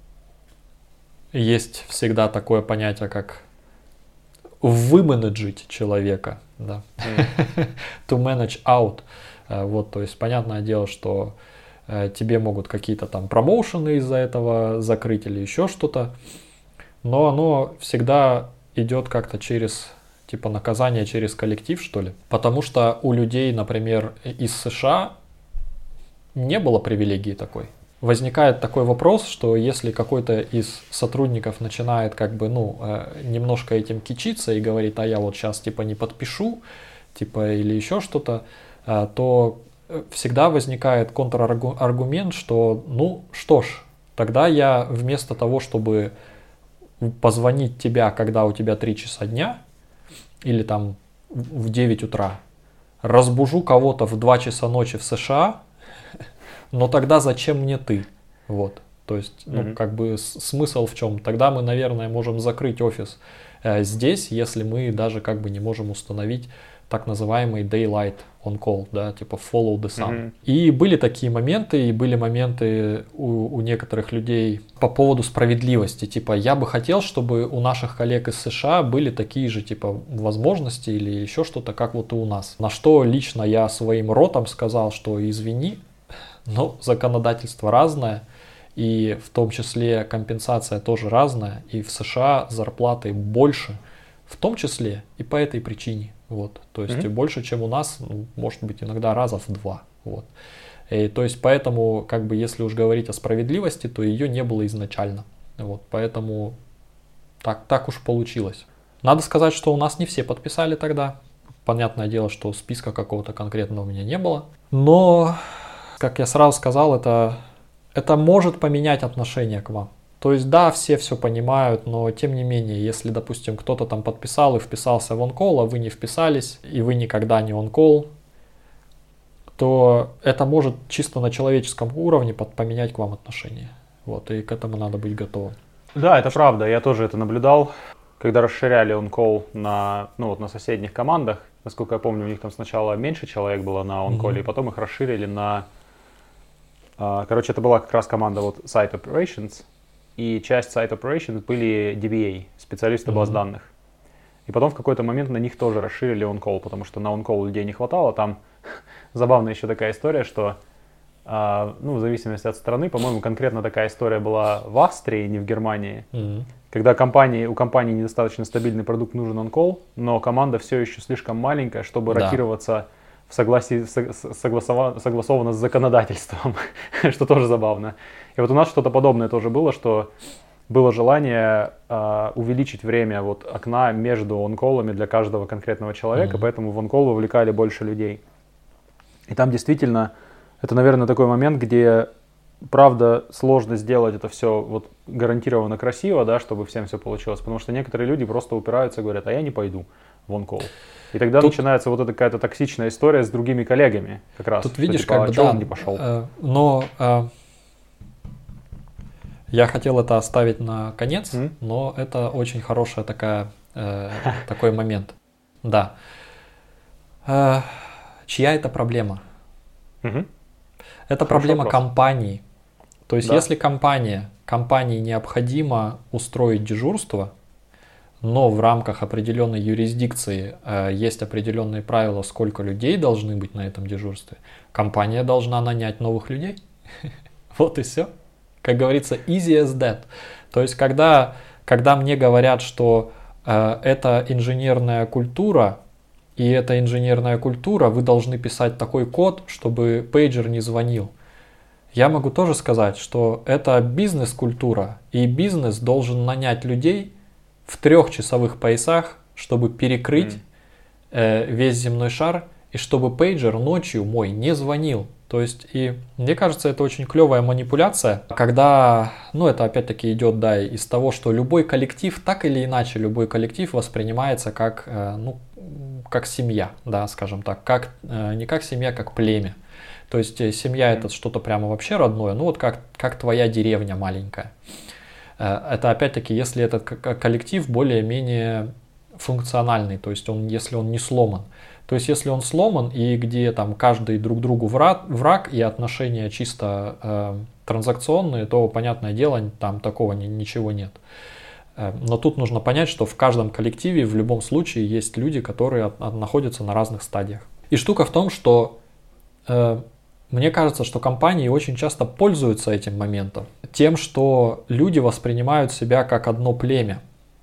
есть всегда такое понятие, как выменеджить человека, да. Mm-hmm. To manage out. Вот, то есть, понятное дело, что тебе могут какие-то там промоушены из-за этого закрыть или еще что-то, но оно всегда идет как-то через, типа, наказание через коллектив, что ли. Потому что у людей, например, из США не было привилегии такой. Возникает такой вопрос, что если какой-то из сотрудников начинает как бы, ну, немножко этим кичиться и говорит, а я вот сейчас типа не подпишу, типа или еще что-то, то всегда возникает контраргумент, что ну что ж, тогда я вместо того, чтобы позвонить тебя, когда у тебя три часа дня или там в девять утра, разбужу кого-то в два часа ночи в США, но тогда зачем мне ты? Вот. То есть, ну, mm-hmm. как бы смысл в чем? Тогда мы, наверное, можем закрыть офис э, здесь, если мы даже как бы не можем установить так называемый daylight on call, да, типа follow the sun. Mm-hmm. И были такие моменты, и были моменты у, у некоторых людей по поводу справедливости. Типа, я бы хотел, чтобы у наших коллег из США были такие же, типа, возможности или еще что-то, как вот и у нас. На что лично я своим ротом сказал, что извини, но законодательство разное, и в том числе компенсация тоже разная, и в США зарплаты больше, в том числе и по этой причине. Вот. То есть mm-hmm. больше, чем у нас, ну, может быть, иногда раза в два. Вот. И, то есть поэтому, как бы, если уж говорить о справедливости, то ее не было изначально. Вот. Поэтому так, так уж получилось. Надо сказать, что у нас не все подписали тогда. Понятное дело, что списка какого-то конкретного у меня не было. Но... Как я сразу сказал, это, это может поменять отношение к вам. То есть да, все все понимают, но тем не менее, если, допустим, кто-то там подписал и вписался в on-call, а вы не вписались, и вы никогда не on-call, то это может чисто на человеческом уровне поменять к вам отношение. Вот, и к этому надо быть готовым. Да, это правда, я тоже это наблюдал. Когда расширяли on-call на, ну, вот на соседних командах, насколько я помню, у них там сначала меньше человек было на on-call, mm-hmm. и потом их расширили на... Короче, это была как раз команда вот Site Operations, и часть Site Operations были ди би эй, специалисты mm-hmm. баз данных. И потом в какой-то момент на них тоже расширили on-call, потому что на on-call людей не хватало. Там забавная еще такая история, что, ну, в зависимости от страны, по-моему, конкретно такая история была в Австрии, не в Германии, mm-hmm. когда компании, у компании недостаточно стабильный продукт, нужен on-call, но команда все еще слишком маленькая, чтобы да. ротироваться в согласии, согласова, согласованно с законодательством, что тоже забавно. И вот у нас что-то подобное тоже было, что было желание э, увеличить время вот, окна между он-коллами для каждого конкретного человека, mm-hmm. поэтому в он-колл вовлекали больше людей. И там действительно, это, наверное, такой момент, где, правда, сложно сделать это все вот гарантированно красиво, да, чтобы всем все получилось, потому что некоторые люди просто упираются и говорят, а я не пойду в он-колл. И тогда тут начинается вот эта какая-то токсичная история с другими коллегами, как раз. Тут что, видишь, типа, как а да, он не пошел? Э, но э, я хотел это оставить на конец, mm-hmm. но это очень хорошая такая, э, такой момент. Да. Э, чья это проблема? Mm-hmm. Это Хороший проблема вопрос. Компании. То есть, да. если компания, компании необходимо устроить дежурство, но в рамках определенной юрисдикции э, есть определенные правила, сколько людей должны быть на этом дежурстве, компания должна нанять новых людей. Вот и все. Как говорится, easy as that. То есть, когда, когда мне говорят, что э, это инженерная культура, и эта инженерная культура, вы должны писать такой код, чтобы пейджер не звонил. Я могу тоже сказать, что это бизнес-культура, и бизнес должен нанять людей в трехчасовых поясах, чтобы перекрыть mm. э, весь земной шар, и чтобы пейджер ночью мой не звонил. То есть, и мне кажется, это очень клевая манипуляция, когда, ну, это опять-таки идет, да, из того, что любой коллектив, так или иначе, любой коллектив воспринимается как, э, ну, как семья, да, скажем так, как, э, не как семья, как племя. То есть, э, семья это что-то прямо вообще родное, ну, вот как, как твоя деревня маленькая. Это опять-таки, если этот коллектив более-менее функциональный, то есть он, если он не сломан. То есть если он сломан и где там каждый друг другу враг, враг и отношения чисто э, транзакционные, то, понятное дело, там такого ни, ничего нет. Но тут нужно понять, что в каждом коллективе в любом случае есть люди, которые от, от, находятся на разных стадиях. И штука в том, что э, Мне кажется, что компании очень часто пользуются этим моментом. Тем, что люди воспринимают себя как одно племя.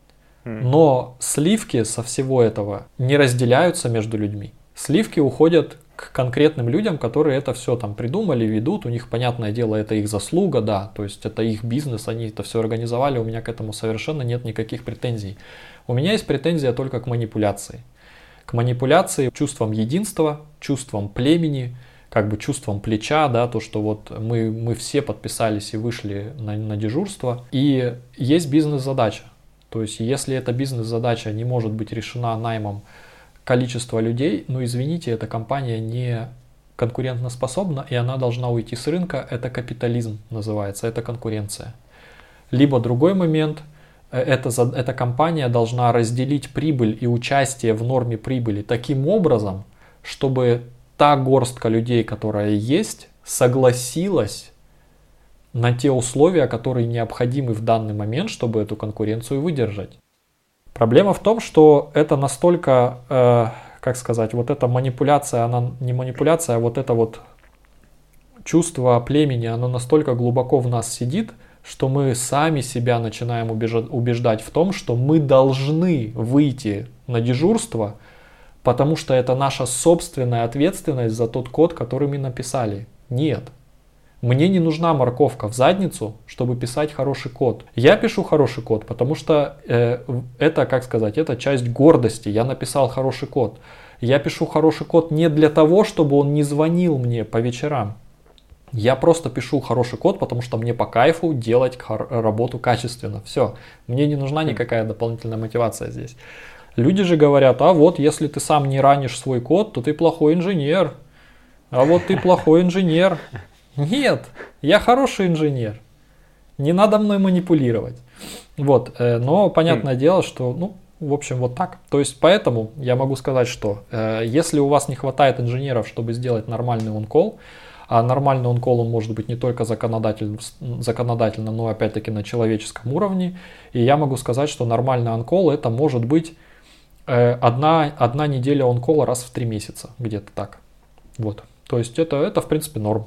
Но сливки со всего этого не разделяются между людьми. Сливки уходят к конкретным людям, которые это все там придумали, ведут. У них, понятное дело, это их заслуга, да. То есть это их бизнес, они это все организовали. У меня к этому совершенно нет никаких претензий. У меня есть претензия только к манипуляции. К манипуляции чувством единства, чувством племени, как бы чувством плеча, да, то, что вот мы, мы все подписались и вышли на, на дежурство. И есть бизнес-задача. То есть, если эта бизнес-задача не может быть решена наймом количества людей, ну, извините, эта компания не конкурентоспособна, и она должна уйти с рынка. Это капитализм называется, это конкуренция. Либо другой момент, это, эта компания должна разделить прибыль и участие в норме прибыли таким образом, чтобы та горстка людей, которая есть, согласилась на те условия, которые необходимы в данный момент, чтобы эту конкуренцию выдержать. Проблема в том, что это настолько, э, как сказать, вот эта манипуляция, она не манипуляция, а вот это вот чувство племени, оно настолько глубоко в нас сидит, что мы сами себя начинаем убеждать, убеждать в том, что мы должны выйти на дежурство, потому что это наша собственная ответственность за тот код, который мы написали. Нет. Мне не нужна морковка в задницу, чтобы писать хороший код. Я пишу хороший код, потому что э, это, как сказать, это часть гордости. Я написал хороший код. Я пишу хороший код не для того, чтобы он не звонил мне по вечерам. Я просто пишу хороший код, потому что мне по кайфу делать работу качественно. Все. Мне не нужна никакая дополнительная мотивация здесь. Люди же говорят, а вот если ты сам не ранишь свой код, то ты плохой инженер. А вот ты плохой инженер. Нет, я хороший инженер. Не надо мной манипулировать. Вот, но понятное дело, что, ну, в общем, вот так. То есть, поэтому я могу сказать, что э, если у вас не хватает инженеров, чтобы сделать нормальный он-колл, а нормальный он-колл, он может быть не только законодатель, законодательно, но опять-таки на человеческом уровне. И я могу сказать, что нормальный он-колл это может быть э, одна, одна неделя он-колла раз в три месяца, где-то так. Вот, то есть это, это в принципе норм.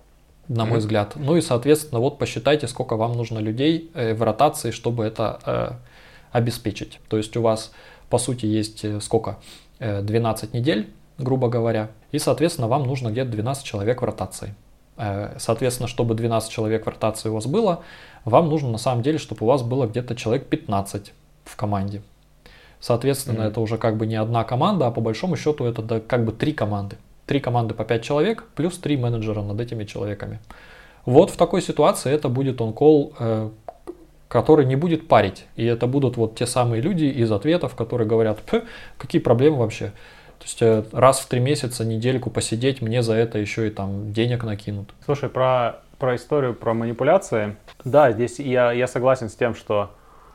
На мой mm-hmm. взгляд. Ну и, соответственно, вот посчитайте, сколько вам нужно людей э, в ротации, чтобы это э, обеспечить. То есть у вас, по сути, есть э, сколько? Э, двенадцать недель, грубо говоря. И, соответственно, вам нужно где-то двенадцать человек в ротации. Э, соответственно, чтобы двенадцать человек в ротации у вас было, вам нужно на самом деле, чтобы у вас было где-то человек пятнадцать в команде. Соответственно, mm-hmm. это уже как бы не одна команда, а по большому счету это да, как бы три команды. Три команды по пять человек, плюс три менеджера над этими человеками. Вот в такой ситуации это будет он-колл, э, который не будет парить. И это будут вот те самые люди из ответов, которые говорят, какие проблемы вообще. То есть э, раз в три месяца, недельку посидеть, мне за это еще и там денег накинут. Слушай, про, про историю, про манипуляции. Да, здесь я, я согласен с тем, что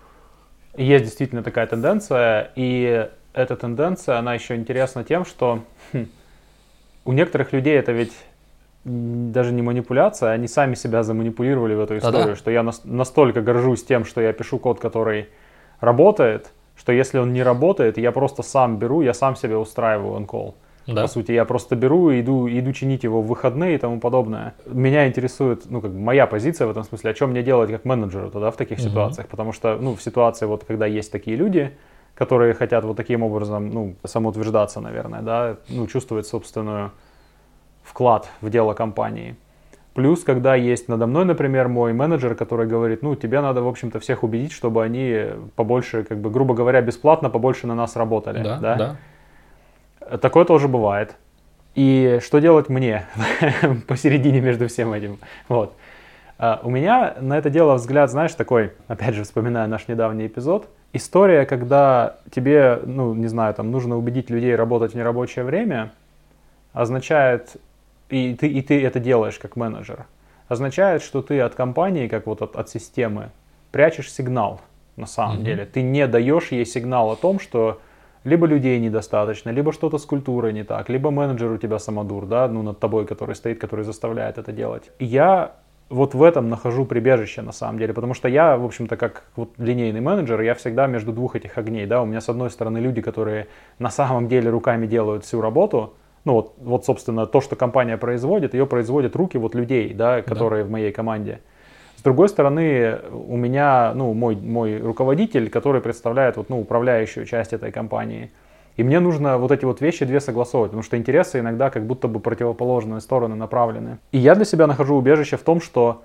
есть действительно такая тенденция. И эта тенденция, она еще интересна тем, что... Хм, у некоторых людей это ведь даже не манипуляция, они сами себя заманипулировали в эту историю, Да-да. Что я на- настолько горжусь тем, что я пишу код, который работает, что если он не работает, я просто сам беру, я сам себе устраиваю он-колл. Да. По сути, я просто беру и иду, иду чинить его в выходные и тому подобное. Меня интересует, ну, как бы моя позиция в этом смысле, о чем мне делать как менеджеру тогда в таких угу. ситуациях, потому что, ну, в ситуации, вот, когда есть такие люди, которые хотят вот таким образом, ну, самоутверждаться, наверное, да, ну, чувствовать собственную вклад в дело компании. Плюс, когда есть надо мной, например, мой менеджер, который говорит, ну, тебе надо, в общем-то, всех убедить, чтобы они побольше, как бы, грубо говоря, бесплатно побольше на нас работали. Да, да? да. Такое тоже бывает. И что делать мне посередине между всем этим? Вот. У меня на это дело взгляд, знаешь, такой, опять же, вспоминая наш недавний эпизод, история, когда тебе, ну, не знаю, там, нужно убедить людей работать в нерабочее время, означает, и ты, и ты это делаешь как менеджер, означает, что ты от компании, как вот от, от системы, прячешь сигнал на самом mm-hmm. деле. Ты не даешь ей сигнал о том, что либо людей недостаточно, либо что-то с культурой не так, либо менеджер у тебя самодур, да, ну, над тобой, который стоит, который заставляет это делать. И я вот в этом нахожу прибежище на самом деле, потому что я, в общем-то, как вот линейный менеджер, я всегда между двух этих огней, да, у меня с одной стороны люди, которые на самом деле руками делают всю работу, ну вот, вот, собственно, то, что компания производит, ее производят руки вот людей, да, которые да. в моей команде. С другой стороны, у меня, ну, мой, мой руководитель, который представляет вот, ну, управляющую часть этой компании. И мне нужно вот эти вот вещи две согласовывать, потому что интересы иногда как будто бы противоположные стороны направлены. И я для себя нахожу убежище в том, что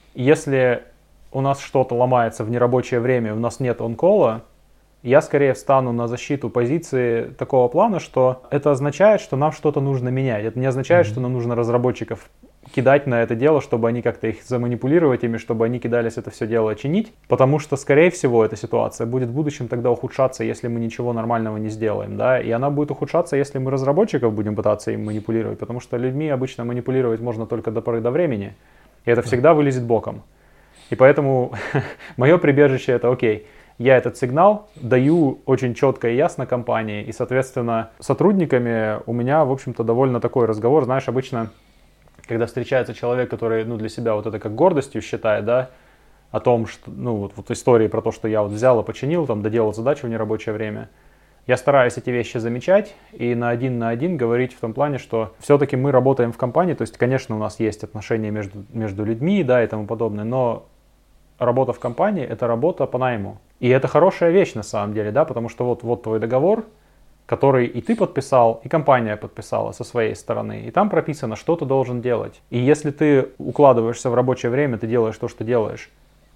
если у нас что-то ломается в нерабочее время, у нас нет он-колла, я скорее встану на защиту позиции такого плана, что это означает, что нам что-то нужно менять. Это не означает, mm-hmm. что нам нужно разработчиков кидать на это дело, чтобы они как-то их заманипулировать ими, чтобы они кидались это все дело чинить. Потому что, скорее всего, эта ситуация будет в будущем тогда ухудшаться, если мы ничего нормального не сделаем. Да? И она будет ухудшаться, если мы разработчиков будем пытаться им манипулировать. Потому что людьми обычно манипулировать можно только до поры до времени. И это всегда вылезет боком. И поэтому мое прибежище это окей. Я этот сигнал даю очень четко и ясно компании, и, соответственно, с сотрудниками у меня, в общем-то, довольно такой разговор. Знаешь, обычно, когда встречается человек, который, ну, для себя вот это как гордостью считает, да, о том, что, ну, вот, вот истории про то, что я вот взял и починил, там, доделал задачу в нерабочее время, я стараюсь эти вещи замечать и на один на один говорить в том плане, что все-таки мы работаем в компании, то есть, конечно, у нас есть отношения между, между людьми, да, и тому подобное, но работа в компании – это работа по найму. И это хорошая вещь на самом деле, да, потому что вот, вот твой договор, который и ты подписал, и компания подписала со своей стороны, и там прописано, что ты должен делать. И если ты укладываешься в рабочее время, ты делаешь то, что делаешь,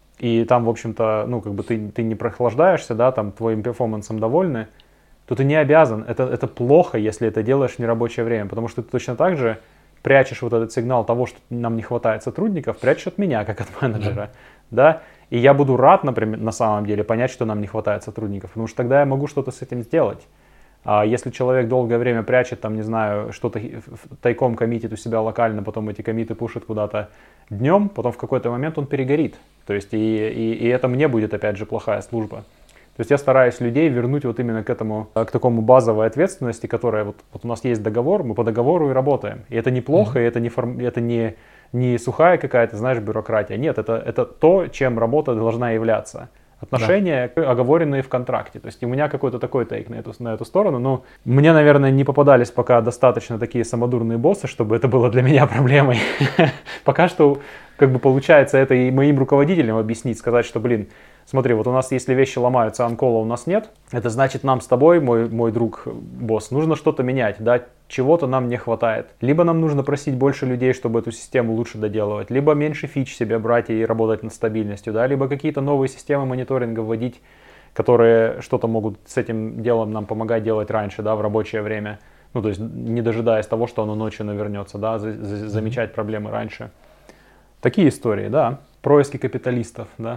и там, в общем-то, ну, как бы ты, ты не прохлаждаешься, да, там твоим перформансом довольны, то ты не обязан, это, это плохо, если это делаешь в нерабочее время, потому что ты точно так же прячешь вот этот сигнал того, что нам не хватает сотрудников, прячешь от меня, как от менеджера, да, и я буду рад, например, на самом деле понять, что нам не хватает сотрудников, потому что тогда я могу что-то с этим сделать. А если человек долгое время прячет, там, не знаю, что-то тайком коммитит у себя локально, потом эти коммиты пушит куда-то днем, потом в какой-то момент он перегорит, то есть и, и, и это мне будет, опять же, плохая служба. То есть я стараюсь людей вернуть вот именно к этому, к такому базовой ответственности, которая вот, вот у нас есть договор, мы по договору и работаем. И это неплохо, mm-hmm. и это не, форм, это не, не сухая какая-то, знаешь, бюрократия. Нет, это, это то, чем работа должна являться. Отношения, да. оговоренные в контракте. То есть у меня какой-то такой тейк на эту, на эту сторону. Но мне, наверное, не попадались пока достаточно такие самодурные боссы, чтобы это было для меня проблемой. Пока что как бы получается это и моим руководителям объяснить, сказать, что, блин, смотри, вот у нас, если вещи ломаются, анкола у нас нет, это значит, нам с тобой, мой, мой друг, босс, нужно что-то менять, да, чего-то нам не хватает. Либо нам нужно просить больше людей, чтобы эту систему лучше доделывать, либо меньше фич себе брать и работать над стабильностью, да, либо какие-то новые системы мониторинга вводить, которые что-то могут с этим делом нам помогать делать раньше, да, в рабочее время. Ну, то есть не дожидаясь того, что оно ночью навернется, да, за, за, замечать проблемы раньше. Такие истории, да, происки капиталистов, да.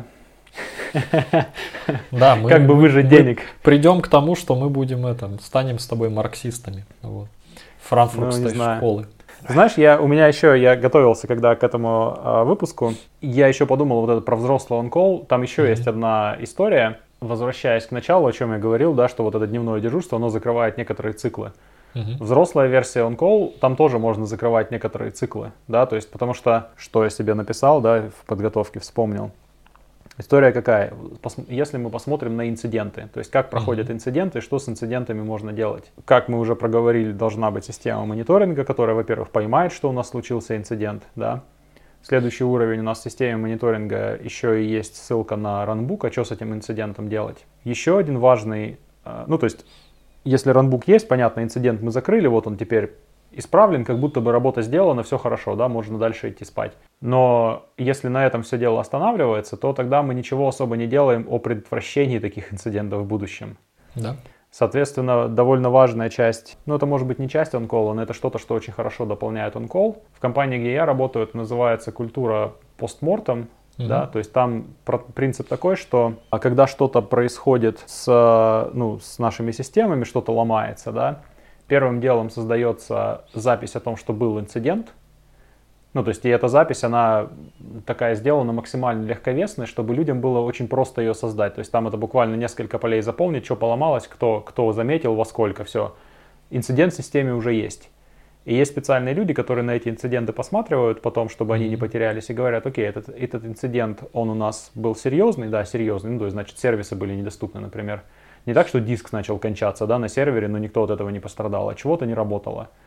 Да, мы, как бы выжать денег. Придем к тому, что мы будем это, станем с тобой марксистами. Вот. Франкфуртской ну, школы. Знаешь, я, у меня еще, я готовился когда к этому э, выпуску, я еще подумал вот это про взрослый on-call, там еще mm-hmm. есть одна история, возвращаясь к началу, о чем я говорил, да, что вот это дневное дежурство, оно закрывает некоторые циклы. Uh-huh. Взрослая версия on-call, там тоже можно закрывать некоторые циклы, да, то есть потому что, что я себе написал, да, в подготовке вспомнил. История какая? Если мы посмотрим на инциденты, то есть как проходят uh-huh. инциденты, что с инцидентами можно делать. Как мы уже проговорили, должна быть система мониторинга, которая, во-первых, поймает, что у нас случился инцидент, да. Следующий уровень у нас в системе мониторинга еще и есть ссылка на ранбук, а что с этим инцидентом делать. Еще один важный, ну то есть если ранбук есть, понятно, инцидент мы закрыли, вот он теперь исправлен, как будто бы работа сделана, все хорошо, да, можно дальше идти спать. Но если на этом все дело останавливается, то тогда мы ничего особо не делаем о предотвращении таких инцидентов в будущем. Да. Соответственно, довольно важная часть, ну это может быть не часть on-call, но это что-то, что очень хорошо дополняет on-call. В компании, где я работаю, это называется культура постмортем. Uh-huh. Да, то есть там принцип такой, что когда что-то происходит с, ну, с нашими системами, что-то ломается, да, первым делом создается запись о том, что был инцидент. Ну, то есть и эта запись, она такая сделана максимально легковесной, чтобы людям было очень просто ее создать. То есть там это буквально несколько полей заполнить, что поломалось, кто, кто заметил, во сколько, все. Инцидент в системе уже есть. И есть специальные люди, которые на эти инциденты посматривают потом, чтобы они не потерялись, и говорят, окей, этот, этот инцидент, он у нас был серьезный, да, серьезный, ну, то есть, значит, сервисы были недоступны, например. Не так, что диск начал кончаться, да, на сервере, но никто от этого не пострадал, а чего-то не работало.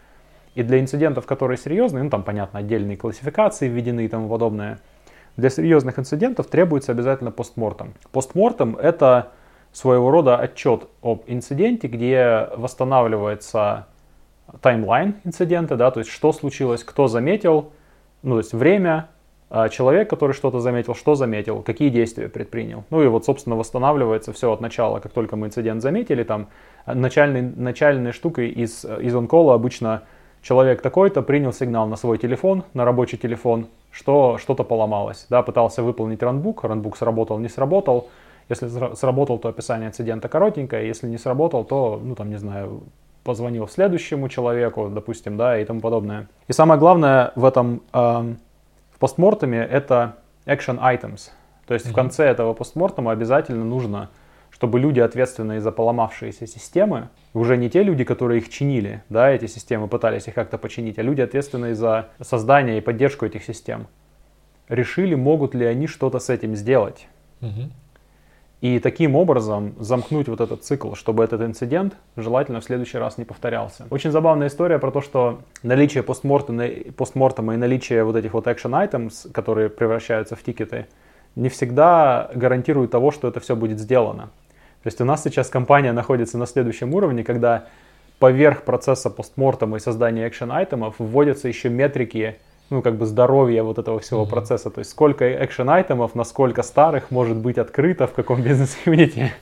И для инцидентов, которые серьезные, ну там, понятно, отдельные классификации введены и тому подобное, для серьезных инцидентов требуется обязательно постмортем. Постмортем — это своего рода отчет об инциденте, где восстанавливается таймлайн инцидента, да, то есть что случилось, кто заметил, ну, то есть время, человек, который что-то заметил, что заметил, какие действия предпринял. Ну и вот, собственно, восстанавливается все от начала, как только мы инцидент заметили. Там начальной, начальной штукой из, из он-колла обычно человек такой-то принял сигнал на свой телефон, на рабочий телефон, что что-то поломалось. Да, пытался выполнить ранбук, ранбук сработал, не сработал. Если сработал, то описание инцидента коротенькое, если не сработал, то, ну там, не знаю, позвонил следующему человеку, допустим, да, и тому подобное. И самое главное в этом, э, в постмортеме, это action items. То есть mm-hmm. в конце этого постмортема обязательно нужно, чтобы люди, ответственные за поломавшиеся системы, уже не те люди, которые их чинили, да, эти системы, пытались их как-то починить, а люди, ответственные за создание и поддержку этих систем, решили, могут ли они что-то с этим сделать. Mm-hmm. И таким образом замкнуть вот этот цикл, чтобы этот инцидент желательно в следующий раз не повторялся. Очень забавная история про то, что наличие постмортема и наличие вот этих вот action items, которые превращаются в тикеты, не всегда гарантирует того, что это все будет сделано. То есть у нас сейчас компания находится на следующем уровне, когда поверх процесса постмортема и создания action айтемов вводятся еще метрики, ну, как бы здоровья вот этого всего mm-hmm. процесса. То есть сколько экшен-айтемов, насколько старых может быть открыто в каком бизнес-юните.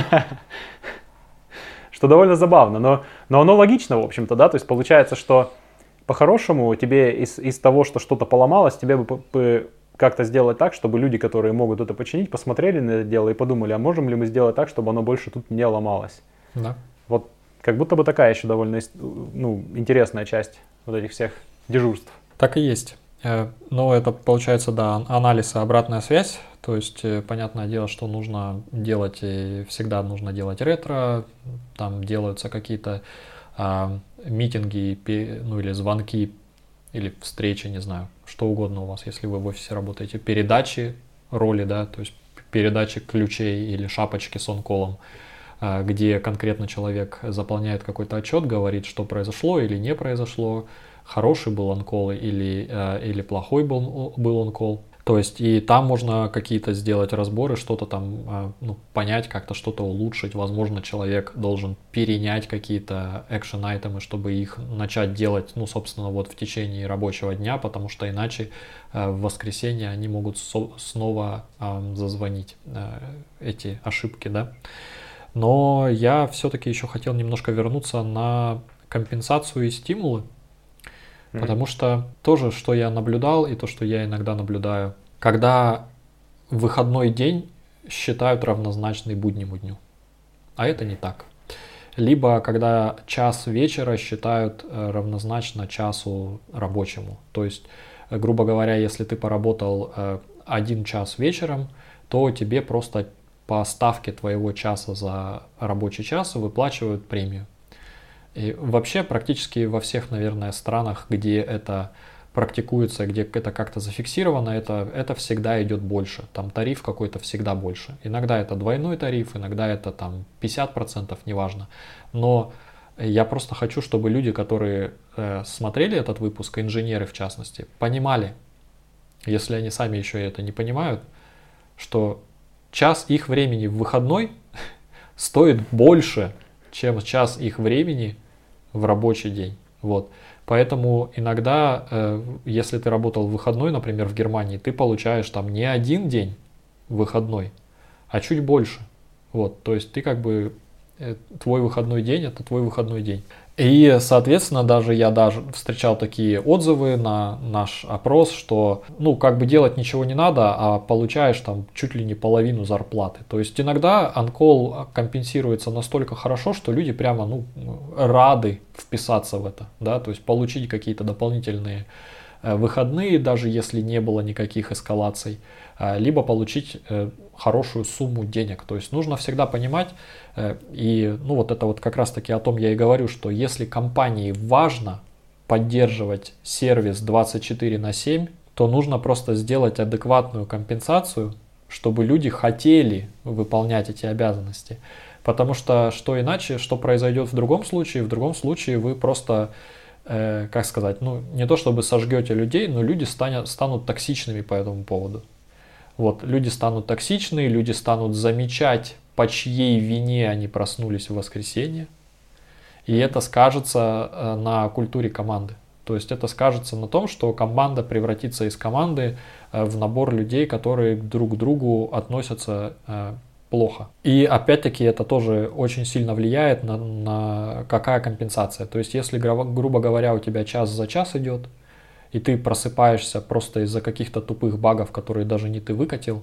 Что довольно забавно, но, но оно логично, в общем-то, да. То есть получается, что по-хорошему тебе из, из того, что что-то поломалось, тебе бы, бы как-то сделать так, чтобы люди, которые могут это починить, посмотрели на это дело и подумали, а можем ли мы сделать так, чтобы оно больше тут не ломалось. Да. Вот как будто бы такая еще довольно, ну, интересная часть вот этих всех дежурств. Так и есть. Но это получается, да, анализ и обратная связь. То есть, понятное дело, что нужно делать, и всегда нужно делать ретро. Там делаются какие-то а, митинги, ну или звонки, или встречи, не знаю, что угодно у вас, если вы в офисе работаете. Передачи роли, да, то есть передачи ключей или шапочки с он-колом, где конкретно человек заполняет какой-то отчет, говорит, что произошло или не произошло, хороший был он-колл или, или плохой был, был он-колл. То есть и там можно какие-то сделать разборы, что-то там, ну, понять, как-то что-то улучшить. Возможно, человек должен перенять какие-то экшен-айтемы, чтобы их начать делать, ну, собственно, вот в течение рабочего дня, потому что иначе в воскресенье они могут со- снова э, зазвонить, э, эти ошибки, да. Но я все-таки еще хотел немножко вернуться на компенсацию и стимулы. Mm-hmm. Потому что тоже, что я наблюдал и то, что я иногда наблюдаю, когда выходной день считают равнозначный буднему дню, а это не так. Либо когда час вечера считают равнозначно часу рабочему. То есть, грубо говоря, если ты поработал один час вечером, то тебе просто по ставке твоего часа за рабочий час выплачивают премию. И вообще практически во всех, наверное, странах, где это практикуется, где это как-то зафиксировано, это, это всегда идет больше. Там тариф какой-то всегда больше. Иногда это двойной тариф, иногда это там пятьдесят процентов, неважно. Но я просто хочу, чтобы люди, которые э, смотрели этот выпуск, инженеры в частности, понимали, если они сами еще это не понимают, что час их времени в выходной стоит больше, чем час их времени в рабочий день. Вот. Поэтому иногда, э, если ты работал в выходной, например, в Германии, ты получаешь там не один день выходной, а чуть больше. Вот. То есть ты как бы, э, твой выходной день — это твой выходной день. И, соответственно, даже я даже встречал такие отзывы на наш опрос, что, ну, как бы делать ничего не надо, а получаешь там чуть ли не половину зарплаты. То есть иногда он-колл компенсируется настолько хорошо, что люди прямо, ну, рады вписаться в это, да, то есть получить какие-то дополнительные выходные, даже если не было никаких эскалаций, либо получить хорошую сумму денег. То есть нужно всегда понимать, и ну вот это вот как раз таки о том я и говорю, что если компании важно поддерживать сервис двадцать четыре на семь, то нужно просто сделать адекватную компенсацию, чтобы люди хотели выполнять эти обязанности. Потому что что иначе, что произойдет в другом случае? В другом случае вы просто э, как сказать, ну, не то чтобы сожгете людей, но люди станут, станут токсичными по этому поводу. Вот, люди станут токсичны, люди станут замечать, по чьей вине они проснулись в воскресенье. И это скажется э, на культуре команды. То есть это скажется на том, что команда превратится из команды э, в набор людей, которые друг к другу относятся э, плохо. И опять-таки это тоже очень сильно влияет на, на какая компенсация. То есть если, гру- грубо говоря, у тебя час за час идет, и ты просыпаешься просто из-за каких-то тупых багов, которые даже не ты выкатил,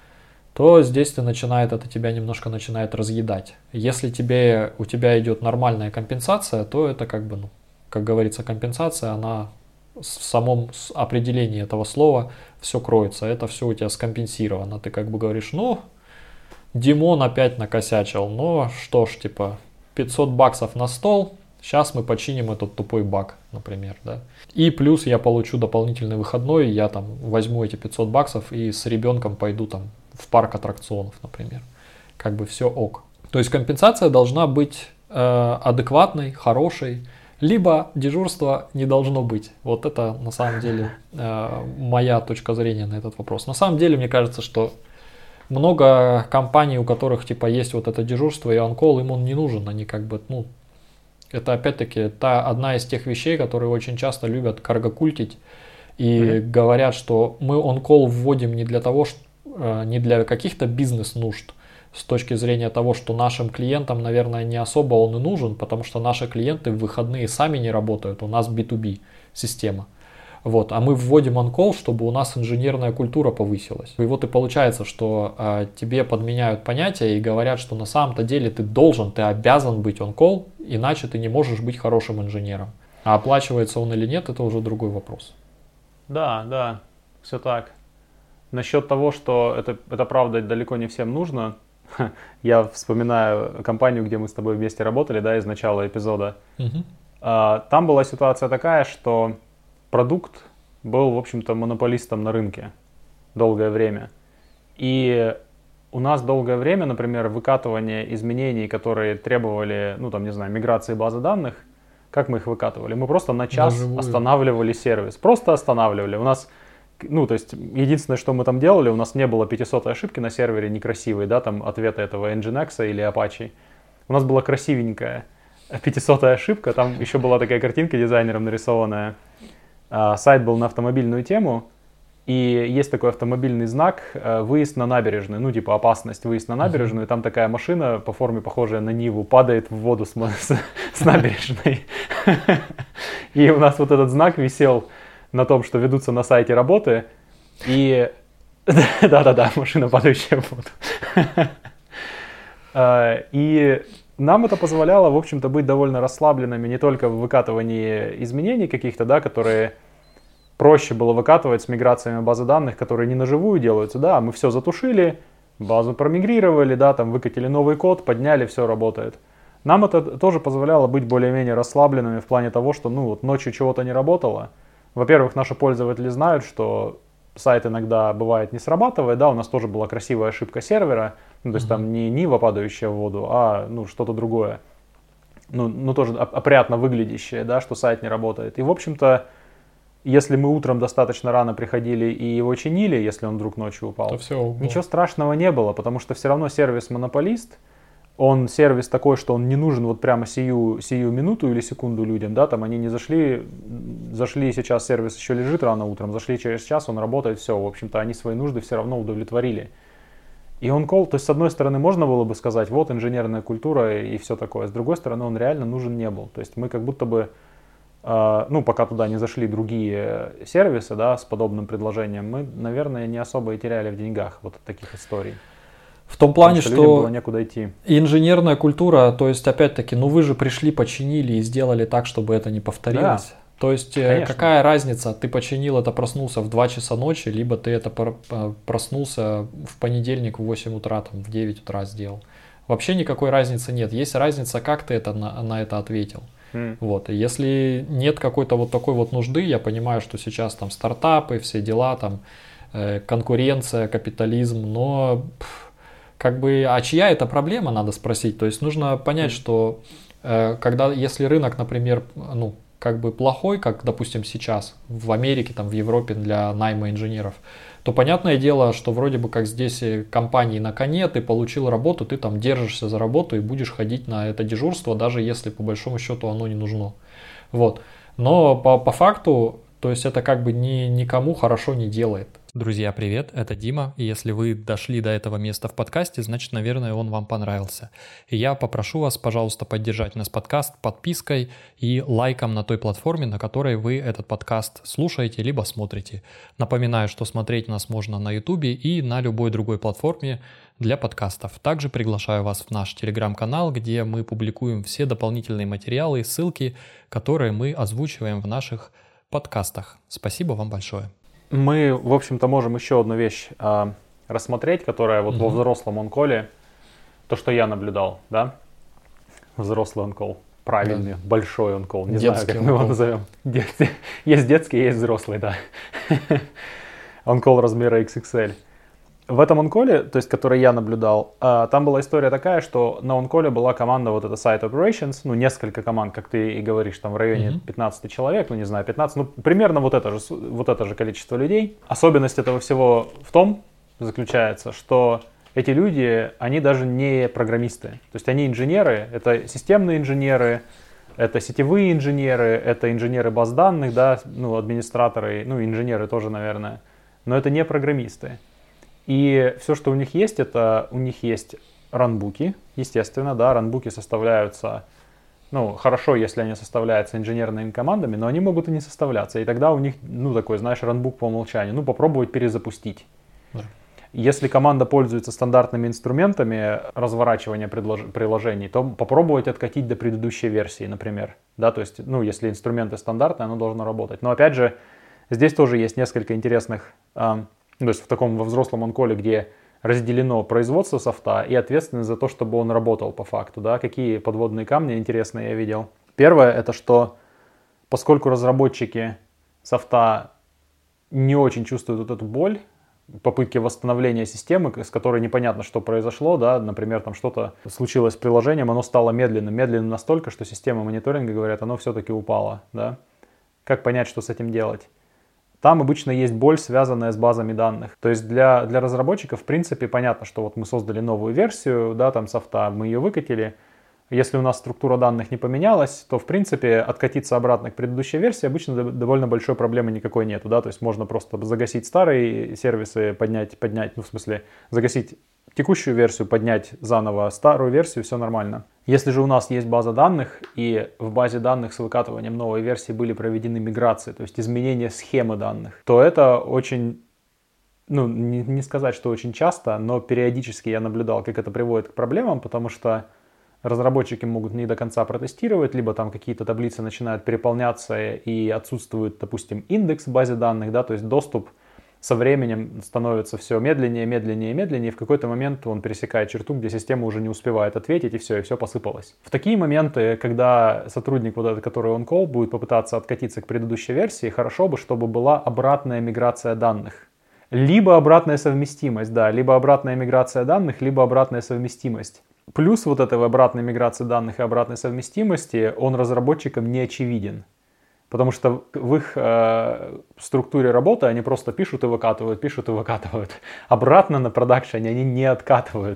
то здесь ты начинает, это тебя немножко начинает разъедать. Если тебе, у тебя идет нормальная компенсация, то это как бы, ну, как говорится, компенсация, она в самом определении этого слова все кроется, это все у тебя скомпенсировано. Ты как бы говоришь, ну, Димон опять накосячил, но что ж, типа, пятьсот баксов на стол, сейчас мы починим этот тупой баг, например, да. И плюс я получу дополнительный выходной, я там возьму эти пятьсот баксов и с ребенком пойду там в парк аттракционов, например. Как бы все ок. То есть компенсация должна быть э, адекватной, хорошей, либо дежурства не должно быть. Вот это на самом деле э, моя точка зрения на этот вопрос. На самом деле мне кажется, что много компаний, у которых типа есть вот это дежурство и он-колл, им он не нужен. Они как бы, ну, это опять-таки та одна из тех вещей, которые очень часто любят каргокультить и mm-hmm. говорят, что мы он-колл вводим не для того, что не для каких-то бизнес-нужд, с точки зрения того, что нашим клиентам, наверное, не особо он и нужен, потому что наши клиенты в выходные сами не работают, у нас би ту би система. Вот, а мы вводим он-колл, чтобы у нас инженерная культура повысилась. И вот и получается, что э, тебе подменяют понятия и говорят, что на самом-то деле ты должен, ты обязан быть он-колл, иначе ты не можешь быть хорошим инженером. А оплачивается он или нет, это уже другой вопрос. Да, да, все так. Насчет того, что это, это правда далеко не всем нужно, я вспоминаю компанию, где мы с тобой вместе работали, да, из начала эпизода. Угу. Там была ситуация такая, что продукт был, в общем-то, монополистом на рынке долгое время. И у нас долгое время, например, выкатывание изменений, которые требовали, ну там, не знаю, миграции базы данных, как мы их выкатывали? Мы просто на час Наживую. останавливали сервис. Просто останавливали. У нас, ну, то есть, единственное, что мы там делали, у нас не было пятисотой ошибки на сервере некрасивой, да, там, ответа этого Nginx или Apache. У нас была красивенькая пятисотая ошибка, там еще была такая картинка дизайнером нарисованная. А, сайт был на автомобильную тему, и есть такой автомобильный знак «Выезд на набережную», ну, типа опасность, выезд на набережную, и там такая машина по форме похожая на Ниву падает в воду с, с, с набережной. И у нас вот этот знак висел на том, что ведутся на сайте работы, и да-да-да, машина, падающая в воду. И нам это позволяло, в общем-то, быть довольно расслабленными не только в выкатывании изменений каких-то, да, которые проще было выкатывать с миграциями базы данных, которые не на живую делаются, да, мы все затушили, базу промигрировали, да, там выкатили новый код, подняли, все работает. Нам это тоже позволяло быть более-менее расслабленными в плане того, что, ну, вот ночью чего-то не работало. Во-первых, наши пользователи знают, что сайт иногда бывает не срабатывает, да, у нас тоже была красивая ошибка сервера, ну, то есть mm-hmm. там не Нива, падающая в воду, а, ну, что-то другое, ну, ну, тоже опрятно выглядящее, да, что сайт не работает. И, в общем-то, если мы утром достаточно рано приходили и его чинили, если он вдруг ночью упал, то все, ничего страшного не было, потому что все равно сервис монополист, он сервис такой, что он не нужен вот прямо сию, сию минуту или секунду людям, да, там они не зашли, зашли сейчас сервис еще лежит рано утром, зашли через час, он работает, все, в общем-то, они свои нужды все равно удовлетворили. И он-колл, то есть с одной стороны можно было бы сказать, вот инженерная культура и все такое, с другой стороны он реально нужен не был, то есть мы как будто бы, э, ну, пока туда не зашли другие сервисы, да, с подобным предложением, мы, наверное, не особо и теряли в деньгах вот от таких историй. В том плане, что, что было некуда идти. Инженерная культура, то есть опять-таки, ну вы же пришли, починили и сделали так, чтобы это не повторилось. Да. То есть конечно. Какая разница, ты починил это, проснулся в два часа ночи, либо ты это проснулся в понедельник в восемь утра, там, в девять утра сделал. Вообще никакой разницы нет. Есть разница, как ты это, на, на это ответил. Mm. Вот. И если нет какой-то вот такой вот нужды, я понимаю, что сейчас там стартапы, все дела, там э, конкуренция, капитализм, но... Пфф, как бы, а чья это проблема, надо спросить. То есть нужно понять, mm. что э, когда, если рынок, например, ну, как бы плохой, как, допустим, сейчас в Америке, там, в Европе для найма инженеров, то понятное дело, что вроде бы как здесь компании на коне, ты получил работу, ты там держишься за работу и будешь ходить на это дежурство, даже если по большому счету оно не нужно. Вот. Но по, по факту, то есть это как бы ни, никому хорошо не делает. Друзья, привет, это Дима, и если вы дошли до этого места в подкасте, значит, наверное, он вам понравился. И я попрошу вас, пожалуйста, поддержать наш подкаст подпиской и лайком на той платформе, на которой вы этот подкаст слушаете либо смотрите. Напоминаю, что смотреть нас можно на YouTube и на любой другой платформе для подкастов. Также приглашаю вас в наш телеграм-канал, где мы публикуем все дополнительные материалы и ссылки, которые мы озвучиваем в наших подкастах. Спасибо вам большое. Мы, в общем-то, можем еще одну вещь э, рассмотреть, которая вот угу. во взрослом онколе, то, что я наблюдал, да, взрослый онкол, правильный, да. большой онкол, не детский знаю, как мы его назовем. Есть детский, есть взрослый, да. Онкол размера икс икс эль. В этом онколе, то есть, который я наблюдал, э, там была история такая, что на онколе была команда вот эта Site Operations, ну, несколько команд, как ты и говоришь, там в районе mm-hmm. пятнадцать человек, ну, не знаю, пятнадцать, ну, примерно вот это же, вот это же количество людей. Особенность этого всего в том заключается, что эти люди, они даже не программисты, то есть они инженеры, это системные инженеры, это сетевые инженеры, это инженеры баз данных, да, ну, администраторы, ну, инженеры тоже, наверное, но это не программисты. И все, что у них есть, это у них есть ранбуки, естественно, да, ранбуки составляются, ну, хорошо, если они составляются инженерными командами, но они могут и не составляться, и тогда у них, ну, такой, знаешь, ранбук по умолчанию, ну, попробовать перезапустить. Да. Если команда пользуется стандартными инструментами разворачивания предлож- приложений, то попробовать откатить до предыдущей версии, например, да, то есть, ну, если инструменты стандартные, оно должно работать. Но, опять же, здесь тоже есть несколько интересных... То есть в таком во взрослом онколе, где разделено производство софта и ответственность за то, чтобы он работал по факту. Да? Какие подводные камни интересные я видел. Первое, это что поскольку разработчики софта не очень чувствуют вот эту боль, попытки восстановления системы, с которой непонятно, что произошло, да, например, там что-то случилось с приложением, оно стало медленным, медленным настолько, что система мониторинга, говорят, оно все-таки упало. Да? Как понять, что с этим делать? Там обычно есть боль, связанная с базами данных. То есть для, для разработчиков, в принципе, понятно, что вот мы создали новую версию, да, там софта, мы ее выкатили. Если у нас структура данных не поменялась, то, в принципе, откатиться обратно к предыдущей версии обычно довольно большой проблемы никакой нету, да, то есть можно просто загасить старые сервисы, поднять, поднять, ну, в смысле, загасить текущую версию, поднять заново старую версию, все нормально. Если же у нас есть база данных, и в базе данных с выкатыванием новой версии были проведены миграции, то есть изменение схемы данных, то это очень, ну, не, не сказать, что очень часто, но периодически я наблюдал, как это приводит к проблемам, потому что разработчики могут не до конца протестировать, либо там какие-то таблицы начинают переполняться и отсутствует, допустим, индекс в базе данных, да, то есть доступ со временем становится все медленнее, медленнее, медленнее, и в какой-то момент он пересекает черту, где система уже не успевает ответить, и все, и все посыпалось. В такие моменты, когда сотрудник, вот этот, который on-call, будет попытаться откатиться к предыдущей версии, хорошо бы, чтобы была обратная миграция данных. Либо обратная совместимость, да, либо обратная миграция данных, либо обратная совместимость. Плюс вот этой обратной миграции данных и обратной совместимости, он разработчикам не очевиден. Потому что в их э, структуре работы они просто пишут и выкатывают, пишут и выкатывают. Обратно на продакшене они не откатывают.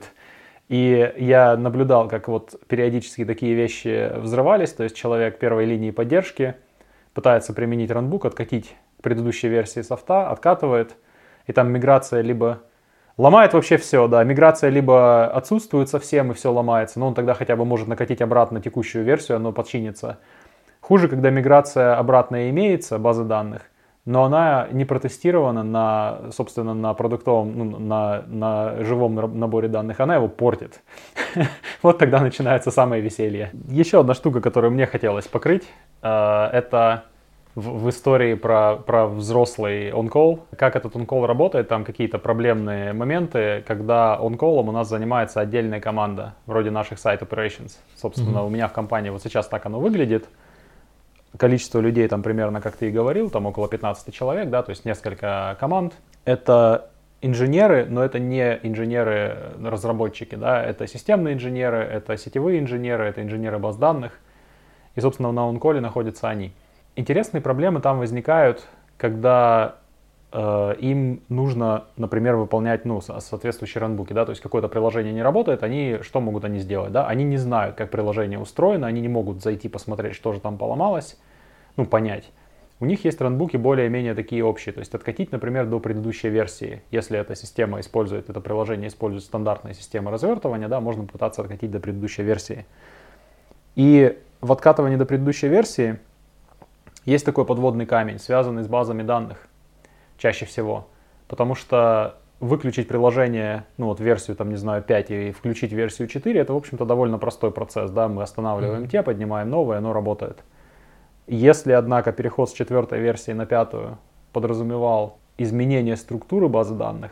И я наблюдал, как вот периодически такие вещи взрывались. То есть человек первой линии поддержки пытается применить ранбук, откатить к предыдущей версии софта, откатывает. И там миграция либо ломает вообще все, да. Миграция либо отсутствует совсем и все ломается, но он тогда хотя бы может накатить обратно текущую версию, оно подчинится. Хуже, когда миграция обратная имеется, базы данных, но она не протестирована на, собственно, на продуктовом, ну, на, на живом наборе данных, она его портит. Вот тогда начинается самое веселье. Еще одна штука, которую мне хотелось покрыть, это в, в истории про, про взрослый on-call. Как этот on-call работает, там какие-то проблемные моменты, когда on-call'ом у нас занимается отдельная команда, вроде наших Site Operations. Собственно, mm-hmm. у меня в компании вот сейчас так оно выглядит. Количество людей там примерно, как ты и говорил, там около пятнадцать человек, да, то есть несколько команд. Это инженеры, но это не инженеры-разработчики, да, это системные инженеры, это сетевые инженеры, это инженеры баз данных. И, собственно, на on-call находятся они. интересные проблемы там возникают, когда э, им нужно, например, выполнять ну, соответствующие ранбуки, да, то есть какое-то приложение не работает, они, что могут они сделать, да, они не знают, как приложение устроено, они не могут зайти посмотреть, что же там поломалось, ну, понять. У них есть ранбуки более-менее такие общие, то есть откатить, например, до предыдущей версии. Если эта система использует, это приложение использует стандартные системы развертывания, да, можно пытаться откатить до предыдущей версии. И в откатывании до предыдущей версии есть такой подводный камень, связанный с базами данных чаще всего. Потому что выключить приложение, ну вот версию, там, не знаю, пять и включить версию четыре, это, в общем-то, довольно простой процесс, да, мы останавливаем mm-hmm. те, поднимаем новое, оно работает. Если, однако, переход с четвертой версии на пятую подразумевал изменение структуры базы данных,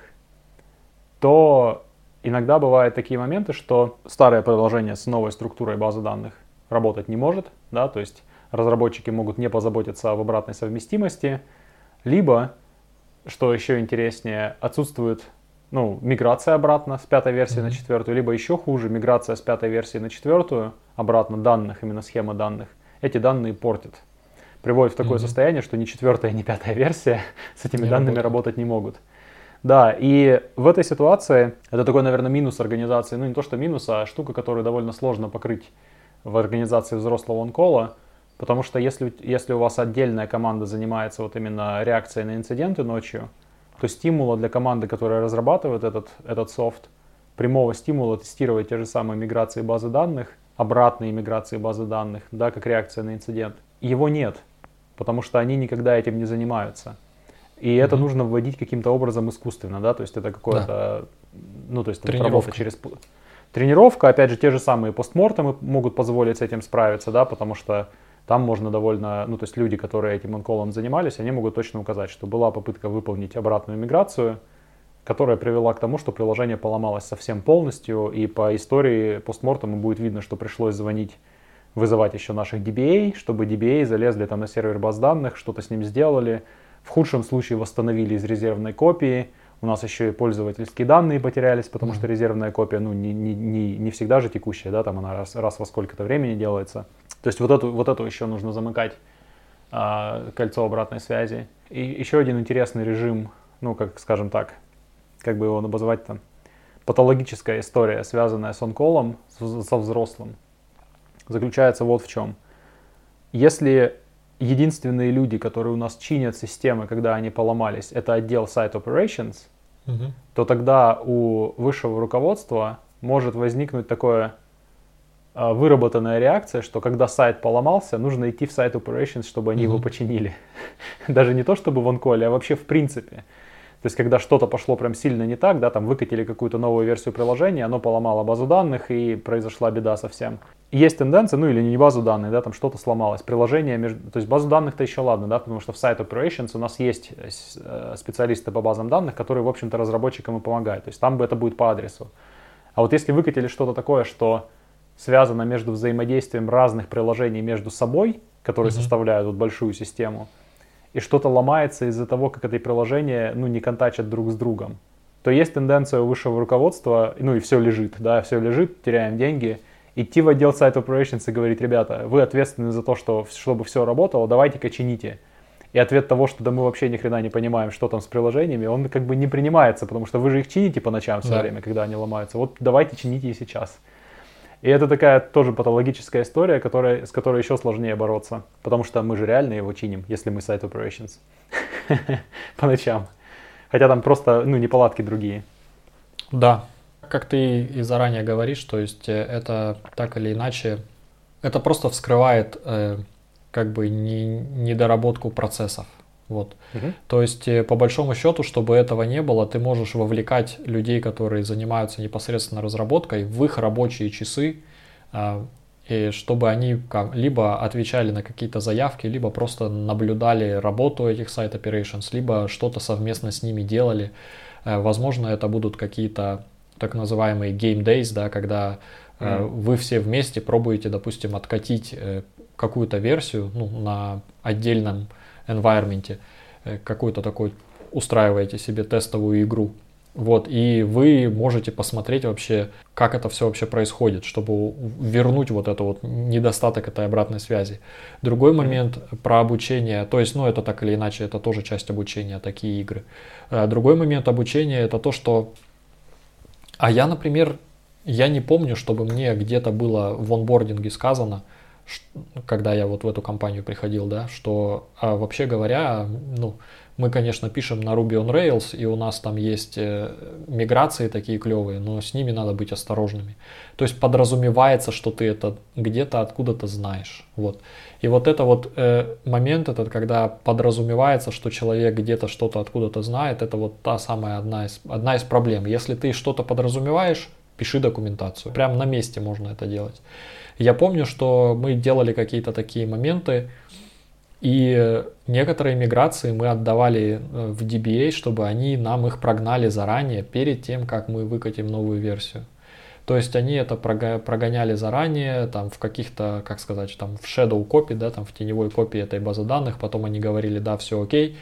то иногда бывают такие моменты, что старое приложение с новой структурой базы данных работать не может, да, то есть разработчики могут не позаботиться об обратной совместимости, либо, что еще интереснее, отсутствует ну, миграция обратно с пятой версии mm-hmm. на четвертую, либо еще хуже, миграция с пятой версии на четвертую обратно данных, именно схема данных. Эти данные портят. Приводит в такое mm-hmm. состояние, что ни четвертая, ни пятая версия с этими не данными работает. работать не могут. Да, и в этой ситуации, это такой, наверное, минус организации, ну не то что минус, а штука, которую довольно сложно покрыть в организации взрослого онкола, потому что если, если у вас отдельная команда занимается вот именно реакцией на инциденты ночью, то стимула для команды, которая разрабатывает этот, этот софт, прямого стимула тестировать те же самые миграции базы данных, обратные миграции базы данных, да, как реакция на инцидент, его нет, потому что они никогда этим не занимаются. И mm-hmm. это нужно вводить каким-то образом искусственно, да, то есть это какое-то, да. ну, то есть работа через... Тренировка, опять же, те же самые постмортемы могут позволить с этим справиться, да, потому что там можно довольно, ну, то есть люди, которые этим онколом занимались, они могут точно указать, что была попытка выполнить обратную миграцию, которая привела к тому, что приложение поломалось совсем полностью, и по истории постмортема будет видно, что пришлось звонить, вызывать еще наших ди би эй, чтобы ди би эй залезли там на сервер баз данных, что-то с ним сделали, в худшем случае восстановили из резервной копии, у нас еще и пользовательские данные потерялись, потому mm-hmm. что резервная копия, ну, не, не, не, не всегда же текущая, да, там она раз, раз во сколько-то времени делается. То есть вот эту, вот эту еще нужно замыкать, а, кольцо обратной связи. И еще один интересный режим, ну, как скажем так, как бы его обозвать-то, патологическая история, связанная с онколом, со взрослым, заключается вот в чем. Если единственные люди, которые у нас чинят системы, когда они поломались, это отдел Site Operations, угу. то тогда у высшего руководства может возникнуть такое э, выработанная реакция, что когда сайт поломался, нужно идти в Site Operations, чтобы они угу. его починили. Даже не то, чтобы в онколе, а вообще в принципе. То есть, когда что-то пошло прям сильно не так, да, там выкатили какую-то новую версию приложения, оно поломало базу данных и произошла беда совсем. Есть тенденция, ну или не базу данных, да, там что-то сломалось. Приложение, между, то есть базу данных-то еще ладно, да, потому что в Site Operations у нас есть специалисты по базам данных, которые, в общем-то, разработчикам и помогают. То есть там это будет по адресу. А вот если выкатили что-то такое, что связано между взаимодействием разных приложений между собой, которые mm-hmm. составляют вот большую систему, и что-то ломается из-за того, как это приложение, ну, не контачат друг с другом, то есть тенденция у высшего руководства, ну и все лежит, да, все лежит, теряем деньги, идти в отдел Site Operations и говорить: ребята, вы ответственны за то, что, чтобы все работало, давайте-ка чините. И ответ того, что да мы вообще ни хрена не понимаем, что там с приложениями, он как бы не принимается, потому что вы же их чините по ночам все да. время, когда они ломаются. Вот давайте чините и сейчас. И это такая тоже патологическая история, которая, с которой еще сложнее бороться, потому что мы же реально его чиним, если мы Site Operations по ночам. Хотя там просто, ну, неполадки другие. Да, как ты и заранее говоришь, то есть это так или иначе, это просто вскрывает э, как бы не, недоработку процессов. Вот. Угу. То есть, по большому счету, чтобы этого не было, ты можешь вовлекать людей, которые занимаются непосредственно разработкой, в их рабочие часы, и чтобы они либо отвечали на какие-то заявки, либо просто наблюдали работу этих Site Operations, либо что-то совместно с ними делали. Возможно, это будут какие-то так называемые game days, да, когда mm. вы все вместе пробуете, допустим, откатить какую-то версию, ну, на отдельном environment, какую-то такой устраиваете себе тестовую игру. Вот, и вы можете посмотреть вообще, как это все вообще происходит, чтобы вернуть вот это вот недостаток этой обратной связи. Другой момент про обучение, то есть, ну, это так или иначе, это тоже часть обучения, такие игры. Другой момент обучения это то, что, а я, например, я не помню, чтобы мне где-то было в онбординге сказано, когда я вот в эту компанию приходил, да, что а вообще говоря, ну, мы, конечно, пишем на Ruby on Rails, и у нас там есть миграции такие клевые, но с ними надо быть осторожными. То есть подразумевается, что ты это где-то откуда-то знаешь. Вот. И вот это вот э, момент, этот, когда подразумевается, что человек где-то что-то откуда-то знает, это вот та самая одна из, одна из проблем. Если ты что-то подразумеваешь, пиши документацию. Прямо на месте можно это делать. Я помню, что мы делали какие-то такие моменты, и некоторые миграции мы отдавали в ди би эй, чтобы они нам их прогнали заранее, перед тем, как мы выкатим новую версию. То есть они это прогоняли заранее, там в каких-то, как сказать, там в shadow copy, да, там в теневой копии этой базы данных, потом они говорили, да, все окей,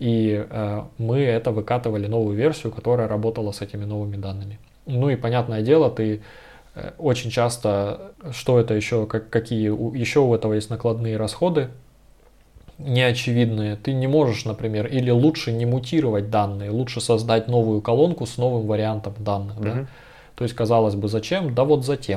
и э, мы это выкатывали новую версию, которая работала с этими новыми данными. Ну и понятное дело, ты э, очень часто, что это еще, как, какие еще у этого есть накладные расходы, неочевидные. Ты не можешь, например, или лучше не мутировать данные, лучше создать новую колонку с новым вариантом данных. Mm-hmm. Да? То есть, казалось бы, зачем? Да вот затем.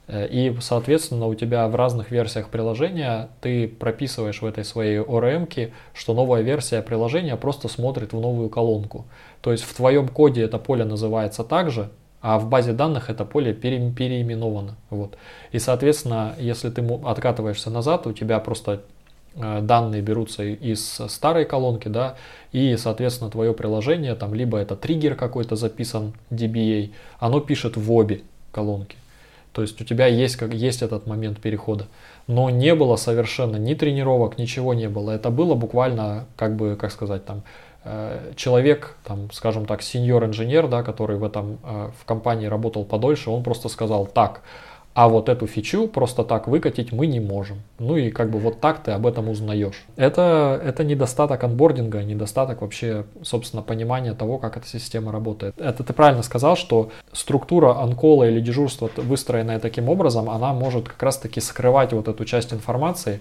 И, соответственно, у тебя в разных версиях приложения ты прописываешь в этой своей о эр эм-ке, что новая версия приложения просто смотрит в новую колонку. То есть в твоем коде это поле называется так же, а в базе данных это поле пере, переименовано. Вот. И, соответственно, если ты откатываешься назад, у тебя просто данные берутся из старой колонки, да, и, соответственно, твое приложение, там, либо это триггер какой-то записан ди би эй, оно пишет в обе колонки. То есть у тебя есть, как, есть этот момент перехода. Но не было совершенно ни тренировок, ничего не было. Это было буквально, как бы, как сказать, там, человек, там, скажем так, сеньор-инженер, да, который в этом, в компании работал подольше, он просто сказал, так, а вот эту фичу просто так выкатить мы не можем. Ну и как бы вот так ты об этом узнаешь. Это, это недостаток онбординга, недостаток вообще, собственно, понимания того, как эта система работает. Это ты правильно сказал, что структура онкола или дежурства, выстроенная таким образом, она может как раз-таки скрывать вот эту часть информации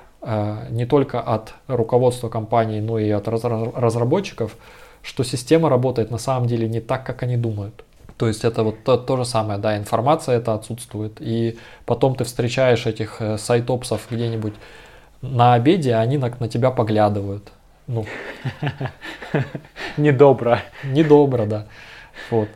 э, не только от руководства компании, но и от раз, разработчиков, что система работает на самом деле не так, как они думают. То есть это вот то, то же самое, да, информация это отсутствует. И потом ты встречаешь этих э, сайтопсов где-нибудь на обеде, а они на, на тебя поглядывают. Ну, недобро. Недобро, да. Вот.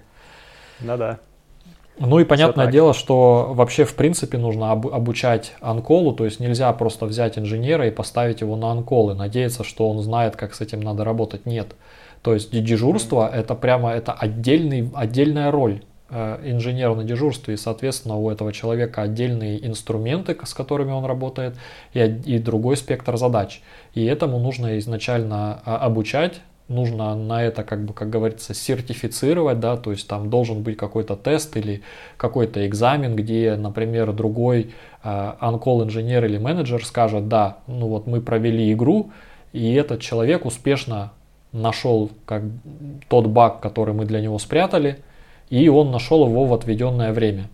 Да-да. Ну и понятное дело, что вообще в принципе нужно об, обучать онколу, то есть нельзя просто взять инженера и поставить его на онкол и надеяться, что он знает, как с этим надо работать. Нет. То есть дежурство это прямо это отдельный, отдельная роль э, инженера на дежурстве, и, соответственно, у этого человека отдельные инструменты, с которыми он работает, и, и другой спектр задач. И этому нужно изначально обучать, нужно на это, как бы, как говорится, сертифицировать, да, то есть там должен быть какой-то тест или какой-то экзамен, где, например, другой on-call инженер или менеджер скажет, да, ну вот мы провели игру, и этот человек успешно нашел как, тот баг, который мы для него спрятали, и он нашел его в отведенное время.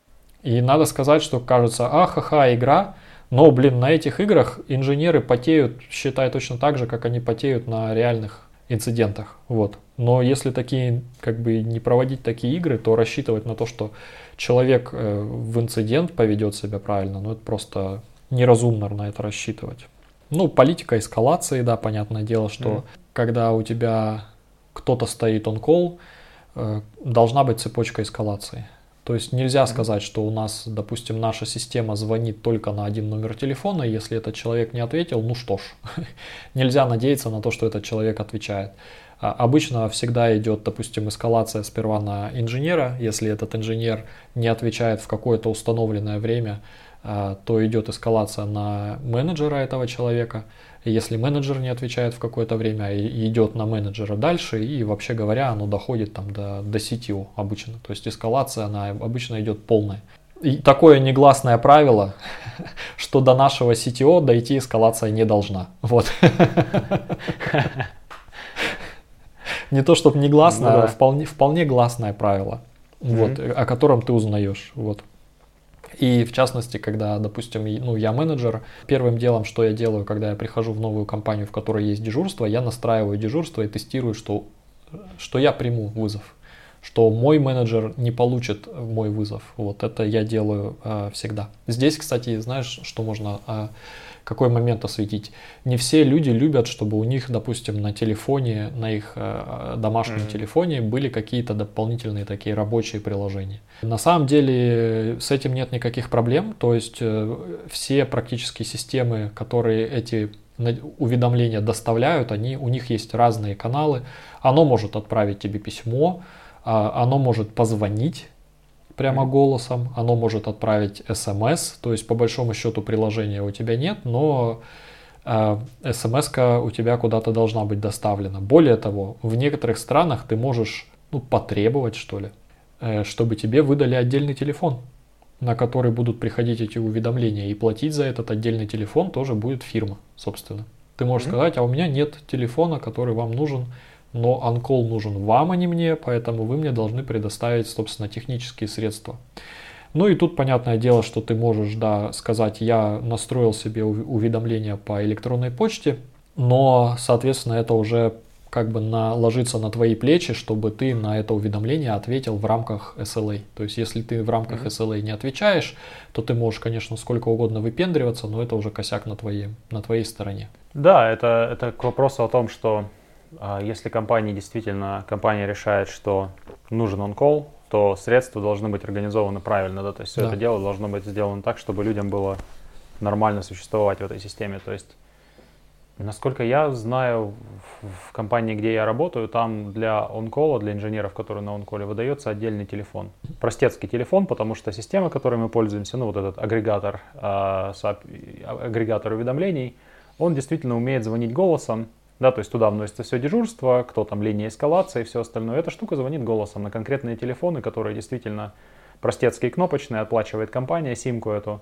И надо сказать, что кажется, ахаха, игра, но, блин, на этих играх инженеры потеют, считай, точно так же, как они потеют на реальных инцидентах. Вот. Но если такие, как бы, не проводить такие игры, то рассчитывать на то, что человек э, в инцидент поведет себя правильно, ну это просто неразумно на это рассчитывать. Ну, политика эскалации, да, понятное дело, что mm-hmm. когда у тебя кто-то стоит on-call, э, должна быть цепочка эскалации. То есть нельзя mm-hmm. сказать, что у нас, допустим, наша система звонит только на один номер телефона, и если этот человек не ответил, ну что ж, нельзя надеяться на то, что этот человек отвечает. А обычно всегда идет, допустим, эскалация сперва на инженера, если этот инженер не отвечает в какое-то установленное время, то идет эскалация на менеджера этого человека. И если менеджер не отвечает в какое-то время, идет на менеджера дальше, и вообще говоря, оно доходит там до, до си ти о обычно. То есть эскалация, она обычно идет полная. И такое негласное правило, что до нашего си ти о дойти эскалация не должна. Вот. Не то, чтобы негласное, Ну да. а вполне, вполне гласное правило, вот, Мгм. о котором ты узнаешь. Вот. И в частности, когда, допустим, и- ну, я менеджер, первым делом, что я делаю, когда я прихожу в новую компанию, в которой есть дежурство, я настраиваю дежурство и тестирую, что, что я приму вызов, что мой менеджер не получит мой вызов. Вот это я делаю э, всегда. Здесь, кстати, знаешь, что можно, э, какой момент осветить? Не все люди любят, чтобы у них, допустим, на телефоне, на их э, домашнем Мгм. телефоне были какие-то дополнительные такие рабочие приложения. На самом деле с этим нет никаких проблем, то есть э, все практически системы, которые эти на- уведомления доставляют, они, у них есть разные каналы. Оно может отправить тебе письмо, а, оно может позвонить прямо Мгм. голосом, оно может отправить смс, то есть по большому счету приложения у тебя нет, но э, смс-ка у тебя куда-то должна быть доставлена. Более того, в некоторых странах ты можешь, ну, потребовать, что ли, э, чтобы тебе выдали отдельный телефон, на который будут приходить эти уведомления, и платить за этот отдельный телефон тоже будет фирма, собственно. Ты можешь Мгм. сказать, а у меня нет телефона, который вам нужен, но on-call нужен вам, а не мне, поэтому вы мне должны предоставить, собственно, технические средства. Ну и тут понятное дело, что ты можешь, да, сказать, я настроил себе ув- уведомления по электронной почте, но, соответственно, это уже как бы на, ложится на твои плечи, чтобы ты на это уведомление ответил в рамках эс эл эй. То есть, если ты в рамках Мгм. эс эл эй не отвечаешь, то ты можешь, конечно, сколько угодно выпендриваться, но это уже косяк на твоей, на твоей стороне. Да, это, это к вопросу о том, что а, если компания действительно, компания решает, что нужен on-call, то средства должны быть организованы правильно, да, то есть все Да. это дело должно быть сделано так, чтобы людям было нормально существовать в этой системе. То есть, насколько я знаю, в, в компании, где я работаю, там для on-call, для инженеров, которые на on-call, выдается отдельный телефон. Простецкий телефон, потому что система, которой мы пользуемся, ну вот этот агрегатор, а, сооб- агрегатор уведомлений, он действительно умеет звонить голосом, да, то есть туда вносится все дежурство, кто там, линия эскалации и все остальное. Эта штука звонит голосом на конкретные телефоны, которые действительно простецкие, кнопочные, оплачивает компания, симку эту.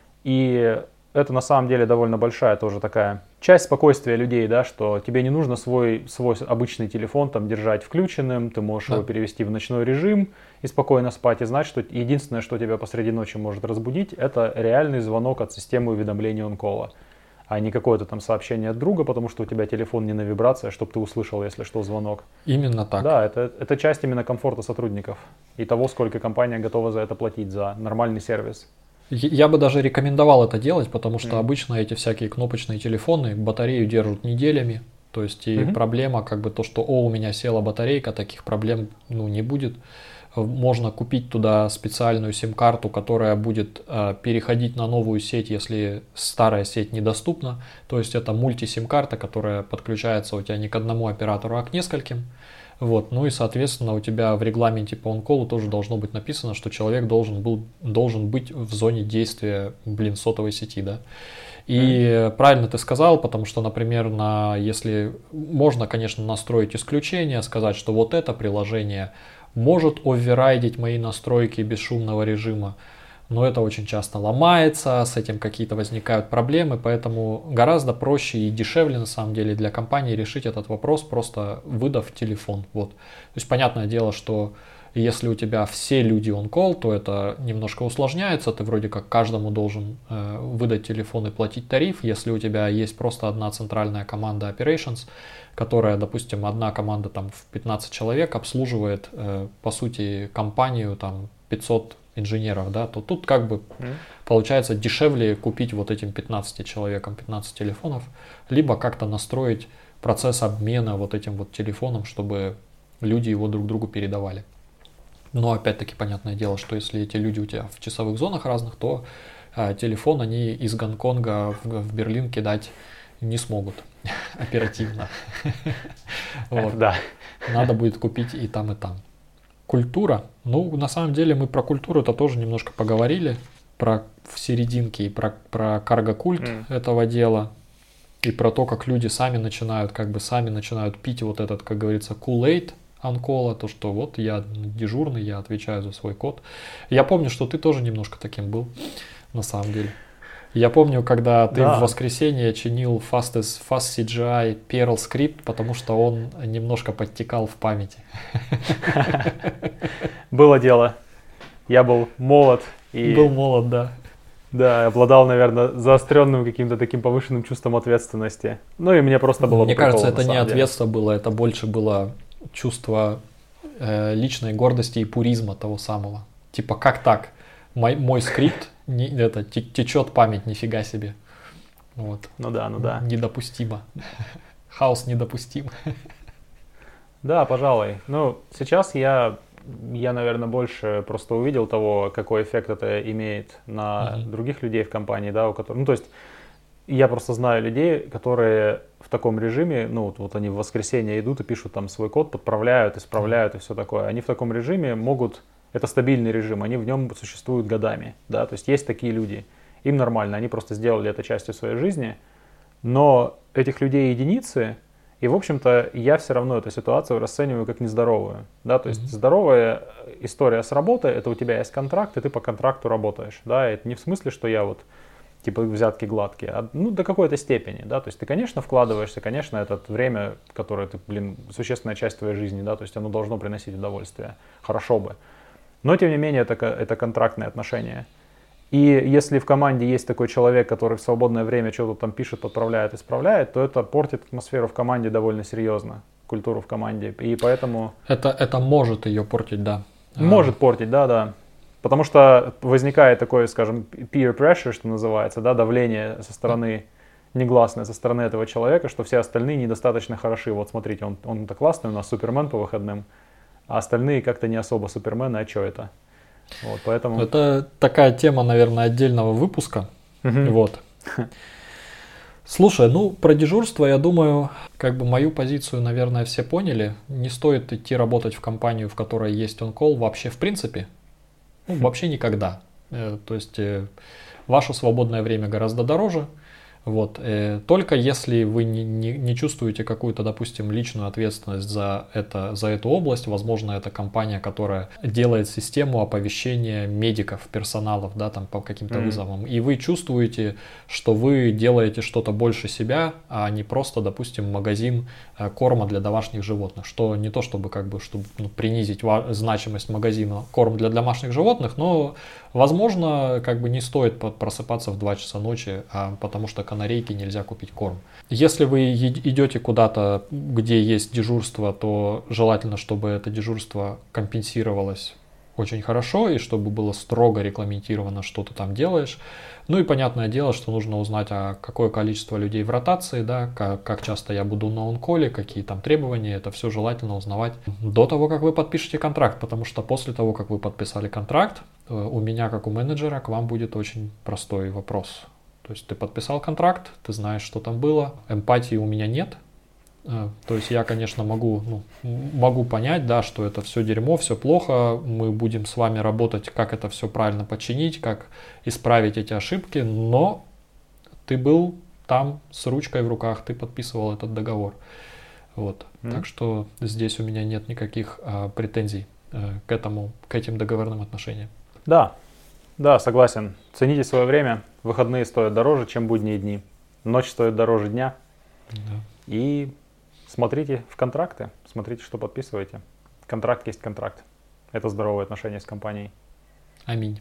И это на самом деле довольно большая тоже такая часть спокойствия людей, да, что тебе не нужно свой, свой обычный телефон там держать включенным, ты можешь Да. его перевести в ночной режим и спокойно спать, и знать, что единственное, что тебя посреди ночи может разбудить, это реальный звонок от системы уведомлений on-call, а не какое-то там сообщение от друга, потому что у тебя телефон не на вибрации, чтобы ты услышал, если что, звонок. Именно так. Да, это, это часть именно комфорта сотрудников и того, сколько компания готова за это платить, за нормальный сервис. Я я бы даже рекомендовал это делать, потому что Мгм. обычно эти всякие кнопочные телефоны батарею держат неделями. То есть и Мгм. проблема как бы то, что о, у меня села батарейка, таких проблем ну, не будет. Э, Можно купить туда специальную сим-карту, которая будет э, переходить на новую сеть, если старая сеть недоступна. То есть это мульти-сим-карта, которая подключается у тебя не к одному оператору, а к нескольким. Вот. Ну и, соответственно, у тебя в регламенте по онколу тоже должно быть написано, что человек должен, был, должен быть в зоне действия, блин, сотовой сети, да. И правильно ты сказал, потому что, например, на, если можно, конечно, настроить исключение, сказать, что вот это приложение может оверрайдить мои настройки бесшумного режима, но это очень часто ломается, с этим какие-то возникают проблемы, поэтому гораздо проще и дешевле на самом деле для компании решить этот вопрос, просто выдав телефон. Вот. То есть понятное дело, что если у тебя все люди on-call, то это немножко усложняется, ты вроде как каждому должен э, выдать телефон и платить тариф. Если у тебя есть просто одна центральная команда operations, которая, допустим, одна команда там в пятнадцать человек обслуживает, э, по сути, компанию там пятьсот инженеров, да, то тут как бы Мгм. получается дешевле купить вот этим пятнадцати человекам пятнадцать телефонов, либо как-то настроить процесс обмена вот этим вот телефоном, чтобы люди его друг другу передавали. Но опять-таки понятное дело, что если эти люди у тебя в часовых зонах разных, то э, телефон они из Гонконга в, в Берлин кидать не смогут оперативно. Вот. Да. Надо будет купить и там, и там. Культура. Ну, на самом деле мы про культуру-то тоже немножко поговорили. Про в серединке и про, про карго-культ Mm. этого дела. И про то, как люди сами начинают, как бы сами начинают пить вот этот, как говорится, Kool-Aid анкола, то, что вот я дежурный, я отвечаю за свой код. Я помню, что ты тоже немножко таким был, на самом деле. Я помню, когда ты Да. в воскресенье чинил Fast FastCGI Perl скрипт, потому что он немножко подтекал в памяти. Было дело. Я был молод и Был молод, да. да, обладал, наверное, заостренным каким-то таким повышенным чувством ответственности. Ну и мне просто было Мне по приколу, кажется, на это не самом деле. ответство было, это больше было чувство э, личной гордости и пуризма того самого. Типа, как так? Мой, мой скрипт, не, это, те- течет память, нифига себе. Вот. Ну да, ну да. Недопустимо. Хаос недопустим. Да, пожалуй. Ну, сейчас я, я, наверное, больше просто увидел того, какой эффект это имеет на Мгм. других людей в компании, да, у которых, ну, то есть я просто знаю людей, которые в таком режиме, ну, вот, вот они в воскресенье идут и пишут там свой код, подправляют, исправляют и все такое. Они в таком режиме могут, это стабильный режим, они в нем существуют годами, да, то есть есть такие люди, им нормально, они просто сделали это частью своей жизни, но этих людей единицы, и, в общем-то, я все равно эту ситуацию расцениваю как нездоровую, да, то есть Мгм. здоровая история с работой, это у тебя есть контракт, и ты по контракту работаешь, да, это не в смысле, что я вот типа взятки гладкие, а, ну, до какой-то степени, да, то есть ты, конечно, вкладываешься, конечно, это время, которое ты, блин, существенная часть твоей жизни, да, то есть оно должно приносить удовольствие, хорошо бы, но, тем не менее, это, ко- это контрактные отношения. И если в команде есть такой человек, который в свободное время что-то там пишет, подправляет, исправляет, то это портит атмосферу в команде довольно серьезно, культуру в команде, и поэтому... Это, это может ее портить, да. Может портить, да, да. Потому что возникает такое, скажем, peer pressure, что называется, да, давление со стороны, негласное со стороны этого человека, что все остальные недостаточно хороши. Вот смотрите, он, он-то классный, у нас супермен по выходным, а остальные как-то не особо супермены, а что это? Вот, поэтому... Это такая тема, наверное, отдельного выпуска. Мгм. Вот. Слушай, ну про дежурство, я думаю, как бы мою позицию, наверное, все поняли. Не стоит идти работать в компанию, в которой есть on-call вообще в принципе. Ну, вообще никогда. Э, То есть э, ваше свободное время гораздо дороже. Вот. э, Только если вы не, не- не чувствуете какую-то, допустим, личную ответственность за, это, за эту область, возможно, это компания, которая делает систему оповещения медиков, персоналов, да, там по каким-то Мгм. вызовам, и вы чувствуете, что вы делаете что-то больше себя, а не просто, допустим, магазин э, корма для домашних животных, что не то чтобы как бы чтобы ну, принизить ва- значимость магазина корм для домашних животных, но возможно как бы не стоит по- просыпаться в два часа ночи, а, потому что канарейке нельзя купить корм. Если вы е- идете куда-то, где есть дежурство, то желательно, чтобы это дежурство компенсировалось очень хорошо и чтобы было строго регламентировано, что ты там делаешь. Ну и понятное дело, что нужно узнать, а какое количество людей в ротации, да, как, как часто я буду на онколе, какие там требования, это все желательно узнавать до того, как вы подпишете контракт, потому что после того, как вы подписали контракт, э, у меня, как у менеджера, к вам будет очень простой вопрос. То есть ты подписал контракт, ты знаешь, что там было, эмпатии у меня нет. Э, То есть я, конечно, могу, ну, м- могу понять, да, что это все дерьмо, все плохо, мы будем с вами работать, как это все правильно починить, как исправить эти ошибки, но ты был там с ручкой в руках, ты подписывал этот договор. Вот. Мгм. Так что здесь у меня нет никаких а, претензий э, к этому, к этим договорным отношениям. Да, да, согласен. Цените свое время. Выходные стоят дороже, чем будние дни. Ночь стоит дороже дня. Да. И смотрите в контракты. Смотрите, что подписываете. Контракт есть контракт. Это здоровые отношения с компанией. Аминь.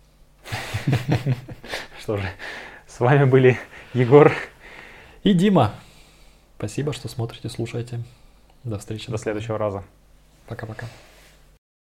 Что же, с вами были Егор. И Дима. Спасибо, что смотрите, слушаете. До встречи. До следующего раза. Пока-пока.